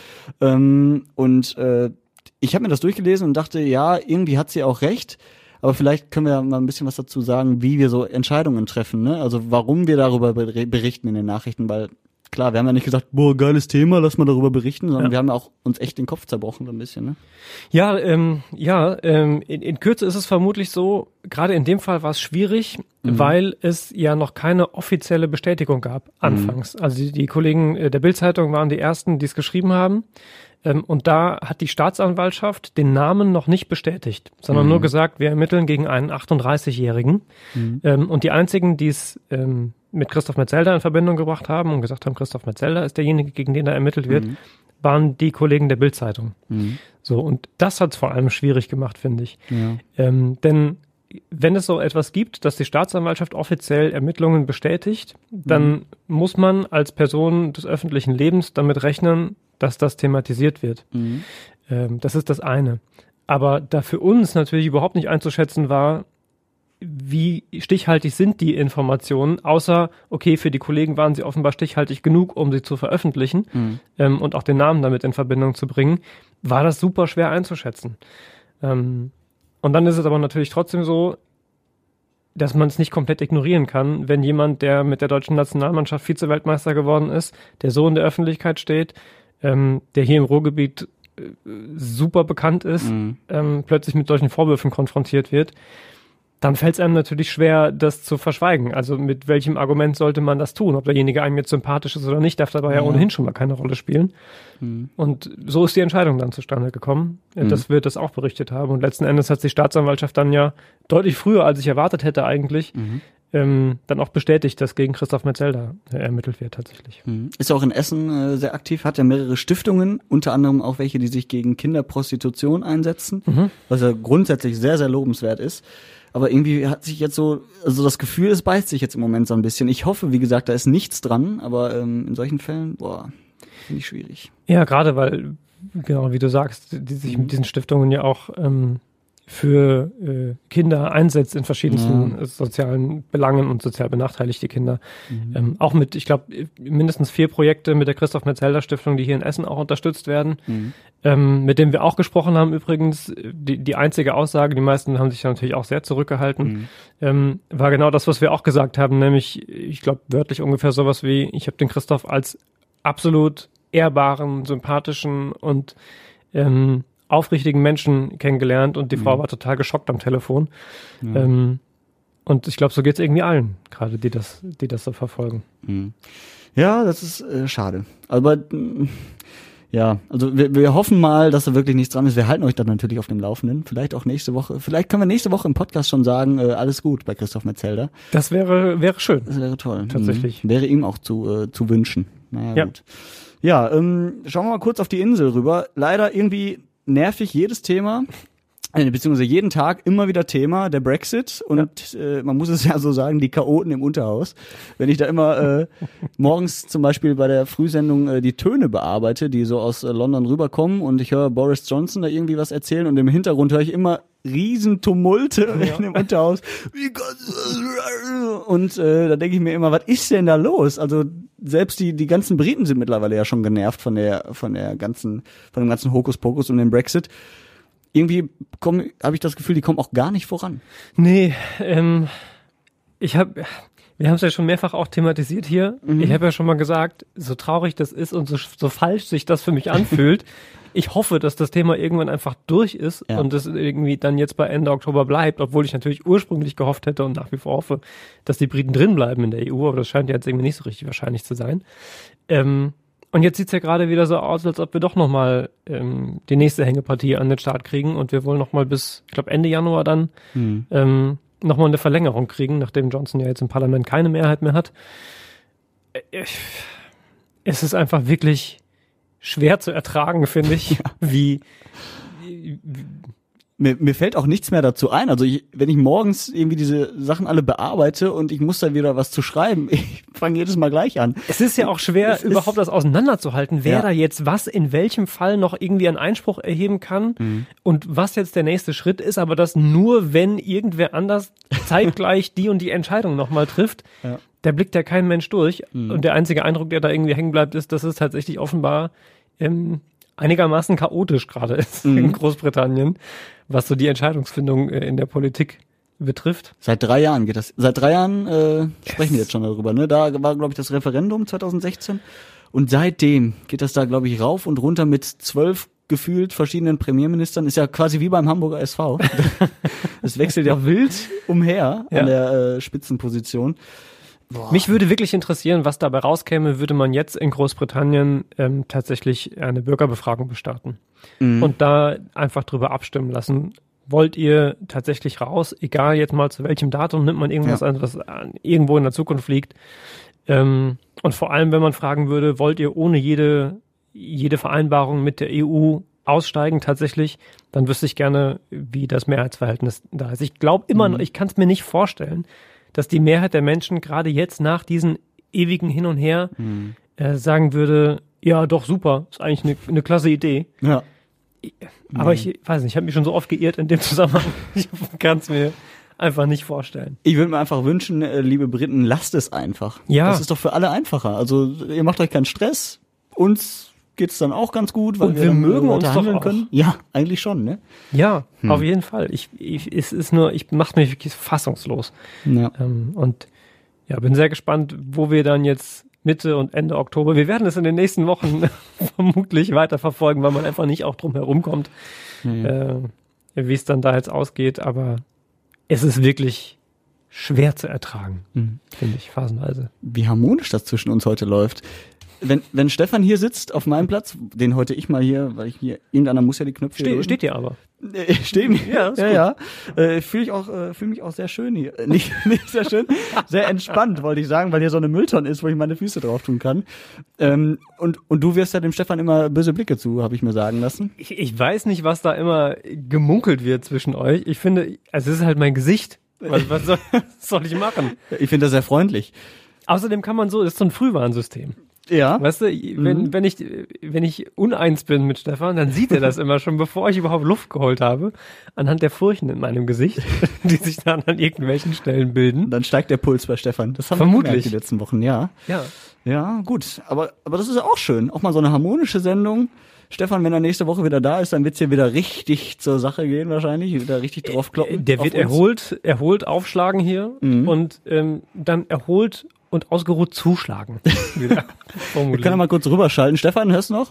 Ich habe mir das durchgelesen und dachte, ja, irgendwie hat sie auch recht. Aber vielleicht können wir ja mal ein bisschen was dazu sagen, wie wir so Entscheidungen treffen, ne? Also warum wir darüber berichten in den Nachrichten, weil klar, wir haben ja nicht gesagt, boah, geiles Thema, lass mal darüber berichten, sondern wir haben ja auch uns echt den Kopf zerbrochen so ein bisschen, ne? Ja, in Kürze ist es vermutlich so, gerade in dem Fall war es schwierig, weil es ja noch keine offizielle Bestätigung gab anfangs. Also die Kollegen der Bild-Zeitung waren die ersten, die es geschrieben haben. Und da hat die Staatsanwaltschaft den Namen noch nicht bestätigt, sondern nur gesagt, wir ermitteln gegen einen 38-Jährigen. Und die einzigen, die es mit Christoph Metzelder in Verbindung gebracht haben und gesagt haben, Christoph Metzelder ist derjenige, gegen den da ermittelt wird, waren die Kollegen der Bild-Zeitung. So, und das hat es vor allem schwierig gemacht, finde ich. Ja. Denn wenn es so etwas gibt, dass die Staatsanwaltschaft offiziell Ermittlungen bestätigt, dann muss man als Person des öffentlichen Lebens damit rechnen, dass das thematisiert wird. Das ist das eine. Aber da für uns natürlich überhaupt nicht einzuschätzen war, wie stichhaltig sind die Informationen, außer, okay, für die Kollegen waren sie offenbar stichhaltig genug, um sie zu veröffentlichen und auch den Namen damit in Verbindung zu bringen, war das super schwer einzuschätzen. Und dann ist es aber natürlich trotzdem so, dass man es nicht komplett ignorieren kann, wenn jemand, der mit der deutschen Nationalmannschaft Vize-Weltmeister geworden ist, der so in der Öffentlichkeit steht, der hier im Ruhrgebiet super bekannt ist, plötzlich mit solchen Vorwürfen konfrontiert wird, dann fällt es einem natürlich schwer, das zu verschweigen. Also mit welchem Argument sollte man das tun? Ob derjenige einem jetzt sympathisch ist oder nicht, darf dabei ja ohnehin schon mal keine Rolle spielen. Und so ist die Entscheidung dann zustande gekommen, dass wir das auch berichtet haben. Und letzten Endes hat die Staatsanwaltschaft dann ja deutlich früher, als ich erwartet hätte eigentlich, dann auch bestätigt, dass gegen Christoph Metzelder ermittelt wird tatsächlich. Ist auch in Essen sehr aktiv, hat ja mehrere Stiftungen, unter anderem auch welche, die sich gegen Kinderprostitution einsetzen, was ja grundsätzlich sehr, sehr lobenswert ist. Aber irgendwie hat sich jetzt so, also das Gefühl, es beißt sich jetzt im Moment so ein bisschen. Ich hoffe, wie gesagt, da ist nichts dran, aber in solchen Fällen, finde ich schwierig. Ja, gerade weil, genau, wie du sagst, die sich mit diesen Stiftungen ja auch für Kinder einsetzt in verschiedensten sozialen Belangen und sozial benachteiligte Kinder. Auch mit, ich glaube, mindestens 4 Projekte mit der Christoph-Metzelder-Stiftung, die hier in Essen auch unterstützt werden, mit dem wir auch gesprochen haben übrigens. Die einzige Aussage, die meisten haben sich ja natürlich auch sehr zurückgehalten, war genau das, was wir auch gesagt haben, nämlich, ich glaube, wörtlich ungefähr sowas wie, ich habe den Christoph als absolut ehrbaren, sympathischen und aufrichtigen Menschen kennengelernt und die Frau war total geschockt am Telefon. Und ich glaube, so geht's irgendwie allen, gerade die das so verfolgen. Ja, das ist schade. Aber ja, also wir hoffen mal, dass da wirklich nichts dran ist. Wir halten euch dann natürlich auf dem Laufenden. Vielleicht auch nächste Woche. Vielleicht können wir nächste Woche im Podcast schon sagen, alles gut bei Christoph Metzelder. Das wäre schön. Das wäre toll. Tatsächlich. Wäre ihm auch zu wünschen. Naja, gut. Ja, schauen wir mal kurz auf die Insel rüber. Leider irgendwie nervig jedes Thema, beziehungsweise jeden Tag immer wieder Thema, der Brexit und man muss es ja so sagen, die Chaoten im Unterhaus. Wenn ich da immer morgens zum Beispiel bei der Frühsendung die Töne bearbeite, die so aus London rüberkommen und ich höre Boris Johnson da irgendwie was erzählen und im Hintergrund höre ich immer Riesentumulte in dem Unterhaus. Und da denke ich mir immer, was ist denn da los? Also selbst die ganzen Briten sind mittlerweile ja schon genervt von dem ganzen Hokuspokus um den Brexit. Irgendwie habe ich das Gefühl, die kommen auch gar nicht voran. Nee, wir haben es ja schon mehrfach auch thematisiert hier. Ich habe ja schon mal gesagt, so traurig das ist und so falsch sich das für mich anfühlt. Ich hoffe, dass das Thema irgendwann einfach durch ist und es irgendwie dann jetzt bei Ende Oktober bleibt, obwohl ich natürlich ursprünglich gehofft hätte und nach wie vor hoffe, dass die Briten drin bleiben in der EU, aber das scheint ja jetzt irgendwie nicht so richtig wahrscheinlich zu sein. Und jetzt sieht's ja gerade wieder so aus, als ob wir doch nochmal die nächste Hängepartie an den Start kriegen und wir wollen nochmal bis, ich glaube Ende Januar dann nochmal eine Verlängerung kriegen, nachdem Johnson ja jetzt im Parlament keine Mehrheit mehr hat. Es ist einfach wirklich schwer zu ertragen, finde ich, wie Mir fällt auch nichts mehr dazu ein. Also wenn ich morgens irgendwie diese Sachen alle bearbeite und ich muss dann wieder was zu schreiben, ich fange jedes Mal gleich an. Es ist ja auch schwer, überhaupt das auseinanderzuhalten, wer da jetzt was in welchem Fall noch irgendwie einen Einspruch erheben kann und was jetzt der nächste Schritt ist, aber das nur, wenn irgendwer anders zeitgleich die und die Entscheidung nochmal trifft. Ja. Da blickt ja kein Mensch durch. Und der einzige Eindruck, der da irgendwie hängen bleibt, ist, dass es tatsächlich offenbar einigermaßen chaotisch gerade ist in Großbritannien, was so die Entscheidungsfindung in der Politik betrifft. Seit 3 Jahren geht das. Seit 3 Jahren sprechen wir jetzt schon darüber. Ne? Da war, glaube ich, das Referendum 2016. Und seitdem geht das da, glaube ich, rauf und runter mit 12 gefühlt verschiedenen Premierministern. Ist ja quasi wie beim Hamburger SV. Es wechselt ja wild umher an der Spitzenposition. Boah. Mich würde wirklich interessieren, was dabei rauskäme, würde man jetzt in Großbritannien tatsächlich eine Bürgerbefragung starten und da einfach drüber abstimmen lassen. Wollt ihr tatsächlich raus, egal jetzt mal zu welchem Datum, nimmt man irgendwas an, was irgendwo in der Zukunft liegt. Und vor allem, wenn man fragen würde, wollt ihr ohne jede Vereinbarung mit der EU aussteigen tatsächlich, dann wüsste ich gerne, wie das Mehrheitsverhältnis da ist. Ich glaube immer noch, ich kann es mir nicht vorstellen, dass die Mehrheit der Menschen gerade jetzt nach diesen ewigen Hin und Her sagen würde, ja doch super, ist eigentlich eine klasse Idee. Ja. Aber ich weiß nicht, ich habe mich schon so oft geirrt in dem Zusammenhang, ich kann es mir einfach nicht vorstellen. Ich würde mir einfach wünschen, liebe Briten, lasst es einfach. Ja. Das ist doch für alle einfacher. Also ihr macht euch keinen Stress, uns geht's dann auch ganz gut, weil wir mögen uns doch auch können. Ja, eigentlich schon, ne? Ja, auf jeden Fall. Ich mache mich wirklich fassungslos. Ja. Und ja, bin sehr gespannt, wo wir dann jetzt Mitte und Ende Oktober, wir werden es in den nächsten Wochen vermutlich weiter verfolgen, weil man einfach nicht auch drum herum kommt, wie es dann da jetzt ausgeht, aber es ist wirklich schwer zu ertragen, finde ich, phasenweise. Wie harmonisch das zwischen uns heute läuft. Wenn Stefan hier sitzt auf meinem Platz, den heute ich mal hier, weil ich hier, irgendeiner muss ja die Knöpfe drücken. Steht hier aber. Steht mir. Ja. Fühle mich auch sehr schön hier. Nicht sehr schön, sehr entspannt, wollte ich sagen, weil hier so eine Mülltonne ist, wo ich meine Füße drauf tun kann. Und du wirst ja dem Stefan immer böse Blicke zu, habe ich mir sagen lassen. Ich weiß nicht, was da immer gemunkelt wird zwischen euch. Ich finde, also es ist halt mein Gesicht. Was soll ich machen? Ich finde das sehr freundlich. Außerdem kann man ist so ein Frühwarnsystem. Ja. Weißt du, wenn ich uneins bin mit Stefan, dann sieht er das immer schon, bevor ich überhaupt Luft geholt habe, anhand der Furchen in meinem Gesicht, die sich dann an irgendwelchen Stellen bilden. Dann steigt der Puls bei Stefan. Das haben Vermutlich. wir gemerkt die letzten Wochen, ja. Ja. Ja, gut. Aber das ist ja auch schön. Auch mal so eine harmonische Sendung. Stefan, wenn er nächste Woche wieder da ist, dann wird's hier wieder richtig zur Sache gehen wahrscheinlich. Wieder richtig draufkloppen. Der wird erholt aufschlagen hier und dann erholt und ausgeruht zuschlagen. Wir können ja mal kurz rüberschalten. Stefan, hörst du noch?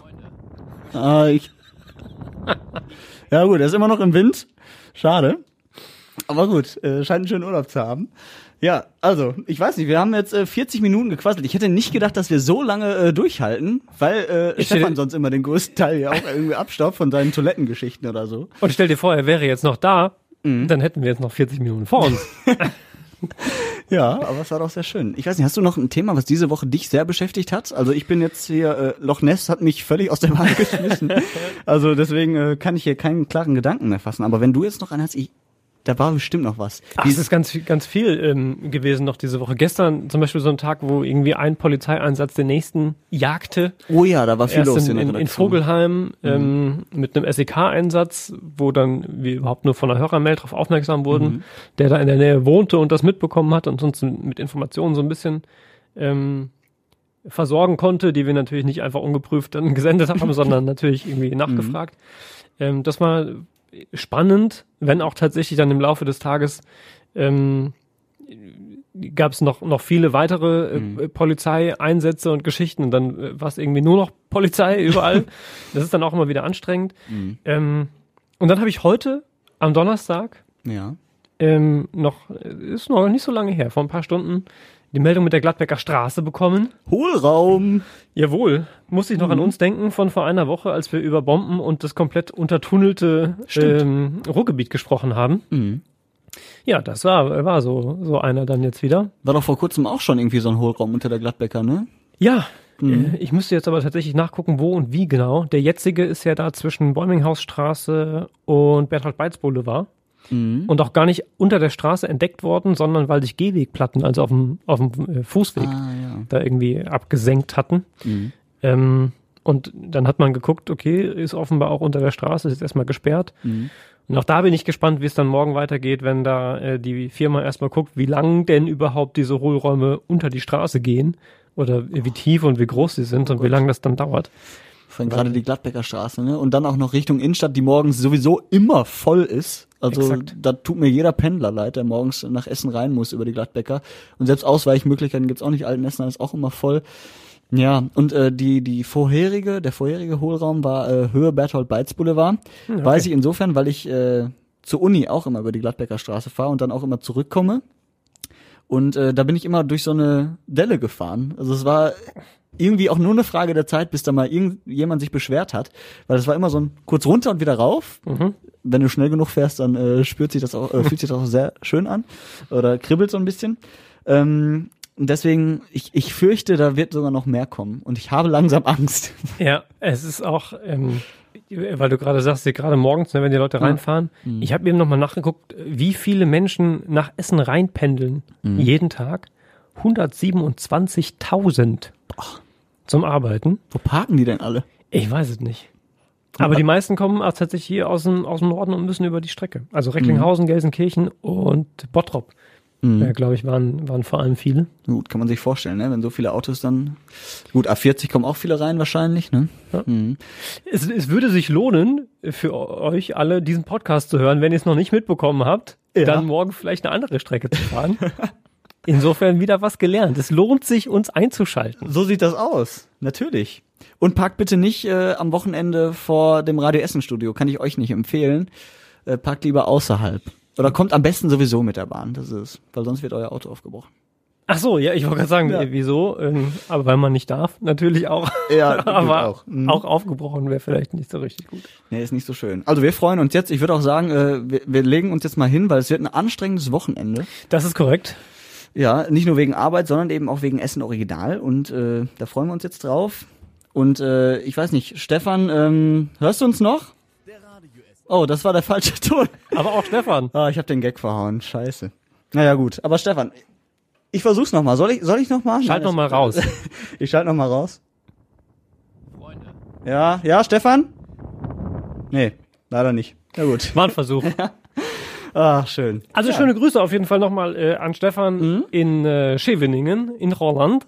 Ja gut, er ist immer noch im Wind. Schade. Aber gut, scheint einen schönen Urlaub zu haben. Ja, also, ich weiß nicht, wir haben jetzt 40 Minuten gequasselt. Ich hätte nicht gedacht, dass wir so lange durchhalten, weil Stefan sonst immer den größten Teil ja auch irgendwie abstaubt von seinen Toilettengeschichten oder so. Und stell dir vor, er wäre jetzt noch da, dann hätten wir jetzt noch 40 Minuten vor uns. Ja, aber es war doch sehr schön. Ich weiß nicht, hast du noch ein Thema, was diese Woche dich sehr beschäftigt hat? Also ich bin jetzt hier, Loch Ness hat mich völlig aus der Bahn geschmissen. Also deswegen kann ich hier keinen klaren Gedanken mehr fassen. Aber wenn du jetzt noch einen hast, da war bestimmt noch was. Ach, es ist ganz viel gewesen noch diese Woche. Gestern zum Beispiel so ein Tag, wo irgendwie ein Polizeieinsatz den nächsten jagte. Oh ja, da war viel los in Vogelheim mit einem SEK-Einsatz, wo dann wir überhaupt nur von einer Hörermail drauf aufmerksam wurden, der da in der Nähe wohnte und das mitbekommen hat und uns mit Informationen so ein bisschen versorgen konnte, die wir natürlich nicht einfach ungeprüft dann gesendet haben, sondern natürlich irgendwie nachgefragt. Das war spannend, wenn auch tatsächlich dann im Laufe des Tages gab es noch viele weitere Polizeieinsätze und Geschichten und dann war es irgendwie nur noch Polizei überall. Das ist dann auch immer wieder anstrengend. Und dann habe ich heute am Donnerstag ist noch nicht so lange her, vor ein paar Stunden, die Meldung mit der Gladbecker Straße bekommen. Hohlraum! Jawohl. Musste ich noch an uns denken von vor einer Woche, als wir über Bomben und das komplett untertunnelte Ruhrgebiet gesprochen haben. Ja, das war so einer dann jetzt wieder. War doch vor kurzem auch schon irgendwie so ein Hohlraum unter der Gladbecker, ne? Ja. Ich müsste jetzt aber tatsächlich nachgucken, wo und wie genau. Der jetzige ist ja da zwischen Bäuminghausstraße und Bertolt-Beitz-Boulevard. Und auch gar nicht unter der Straße entdeckt worden, sondern weil sich Gehwegplatten, also auf dem Fußweg, da irgendwie abgesenkt hatten. Und dann hat man geguckt, okay, ist offenbar auch unter der Straße, ist jetzt erstmal gesperrt. Und auch da bin ich gespannt, wie es dann morgen weitergeht, wenn da die Firma erstmal guckt, wie lang denn überhaupt diese Hohlräume unter die Straße gehen oder wie tief und wie groß sie sind und wie lange das dann dauert. Gerade die Gladbecker Straße, ne? Und dann auch noch Richtung Innenstadt, die morgens sowieso immer voll ist. Also Exakt. Da tut mir jeder Pendler leid, der morgens nach Essen rein muss über die Gladbecker. Und selbst Ausweichmöglichkeiten gibt's auch nicht. Altenessen ist auch immer voll. Ja, und der vorherige Hohlraum war Höhe Bertolt-Beitz-Boulevard. Okay. Weiß ich insofern, weil ich zur Uni auch immer über die Gladbecker Straße fahre und dann auch immer zurückkomme. Und da bin ich immer durch so eine Delle gefahren. Also es war irgendwie auch nur eine Frage der Zeit, bis da mal irgendjemand sich beschwert hat. Weil das war immer so ein kurz runter und wieder rauf. Wenn du schnell genug fährst, dann fühlt sich das auch sehr schön an. Oder kribbelt so ein bisschen. Und deswegen, ich fürchte, da wird sogar noch mehr kommen. Und ich habe langsam Angst. Ja, es ist auch, weil du gerade sagst, gerade morgens, wenn die Leute reinfahren. Ich habe eben nochmal nachgeguckt, wie viele Menschen nach Essen reinpendeln. Jeden Tag. 127.000 zum Arbeiten. Wo parken die denn alle? Ich weiß es nicht. Aber die meisten kommen auch tatsächlich hier aus dem Norden und müssen über die Strecke. Also Recklinghausen, Gelsenkirchen und Bottrop. Ja, glaube ich, waren vor allem viele. Gut, kann man sich vorstellen, ne? Wenn so viele Autos dann... Gut, A40 kommen auch viele rein wahrscheinlich, ne? Ja. Es würde sich lohnen, für euch alle diesen Podcast zu hören, wenn ihr es noch nicht mitbekommen habt, dann morgen vielleicht eine andere Strecke zu fahren. Insofern wieder was gelernt. Es lohnt sich, uns einzuschalten. So sieht das aus. Natürlich. Und parkt bitte nicht am Wochenende vor dem Radio Essen Studio. Kann ich euch nicht empfehlen. Parkt lieber außerhalb. Oder kommt am besten sowieso mit der Bahn. Das ist, weil sonst wird euer Auto aufgebrochen. Ach so, ja, ich wollte gerade sagen, wieso? Aber weil man nicht darf, natürlich auch. Ja, aber auch. Auch aufgebrochen wäre vielleicht nicht so richtig gut. Nee, ist nicht so schön. Also wir freuen uns jetzt. Ich würde auch sagen, wir legen uns jetzt mal hin, weil es wird ein anstrengendes Wochenende. Das ist korrekt. Ja, nicht nur wegen Arbeit, sondern eben auch wegen Essen Original. Und da freuen wir uns jetzt drauf. Und ich weiß nicht, Stefan, hörst du uns noch? Oh, das war der falsche Ton. Aber auch Stefan. Ah, ich habe den Gag verhauen. Scheiße. Naja, gut. Aber Stefan, ich versuch's nochmal. Soll ich nochmal? Schalt nochmal raus. Ich schalte nochmal raus. Ja, Stefan? Nee, leider nicht. Na gut. War ein Versuch. Ach, schön. Also schöne Grüße auf jeden Fall nochmal an Stefan in Scheveningen in Holland.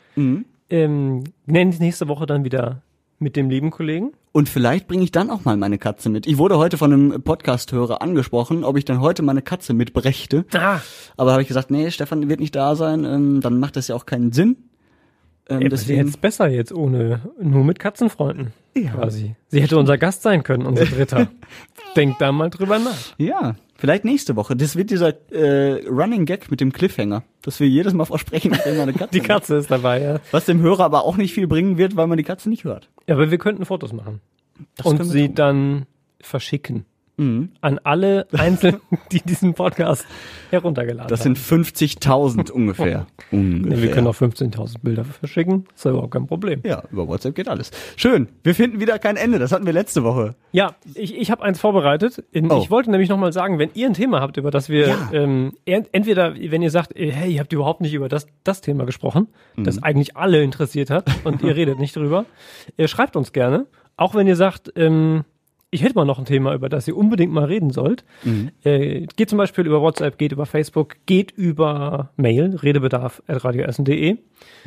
Nennen Sie nächste Woche dann wieder mit dem lieben Kollegen. Und vielleicht bringe ich dann auch mal meine Katze mit. Ich wurde heute von einem Podcast-Hörer angesprochen, ob ich dann heute meine Katze mitbrächte. Aber habe ich gesagt, nee, Stefan wird nicht da sein, dann macht das ja auch keinen Sinn. Deswegen hätte es besser jetzt nur mit Katzenfreunden quasi. Sie hätte unser Gast sein können, unser Dritter. Denkt da mal drüber nach. Ja, vielleicht nächste Woche. Das wird dieser Running Gag mit dem Cliffhanger, dass wir jedes Mal versprechen, dass wir eine Katze Die Katze ist dabei, ja. Was dem Hörer aber auch nicht viel bringen wird, weil man die Katze nicht hört. Ja, aber wir könnten Fotos machen. Das und können wir sie tun. dann verschicken. An alle Einzelnen, die diesen Podcast heruntergeladen Das haben. sind 50.000 ungefähr. Nee, wir können auch 15.000 Bilder verschicken. Ist ja überhaupt kein Problem. Ja, über WhatsApp geht alles. Schön. Wir finden wieder kein Ende. Das hatten wir letzte Woche. Ja, ich habe eins vorbereitet. Ich wollte nämlich nochmal sagen, wenn ihr ein Thema habt, über das wir entweder, wenn ihr sagt, hey, ihr habt überhaupt nicht über das Thema gesprochen, das eigentlich alle interessiert hat und ihr redet nicht drüber, schreibt uns gerne. Auch wenn ihr sagt, ich hätte mal noch ein Thema, über das ihr unbedingt mal reden sollt. Geht zum Beispiel über WhatsApp, geht über Facebook, geht über Mail, redebedarf@radioessen.de.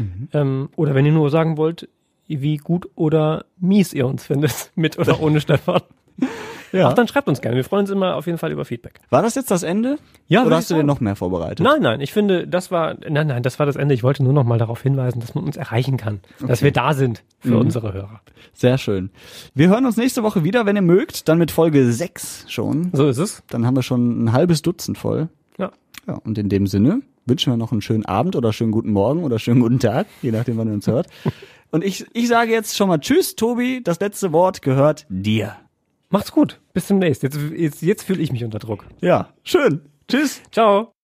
Oder wenn ihr nur sagen wollt, wie gut oder mies ihr uns findet, mit oder ohne Stefan. Ja. Auch dann schreibt uns gerne. Wir freuen uns immer auf jeden Fall über Feedback. War das jetzt das Ende? Ja, Oder würde hast ich du dir sagen. noch mehr vorbereitet? Nein, ich finde, das war das Ende. Ich wollte nur noch mal darauf hinweisen, dass man uns erreichen kann. Dass wir da sind für unsere Hörer. Sehr schön. Wir hören uns nächste Woche wieder, wenn ihr mögt. Dann mit Folge 6 schon. So ist es. Dann haben wir schon ein halbes Dutzend voll. Ja. Ja, und in dem Sinne wünschen wir noch einen schönen Abend oder schönen guten Morgen oder schönen guten Tag, je nachdem, wann ihr uns hört. Und ich sage jetzt schon mal Tschüss, Tobi. Das letzte Wort gehört dir. Macht's gut. Bis demnächst. Jetzt fühle ich mich unter Druck. Ja, schön. Tschüss. Ciao.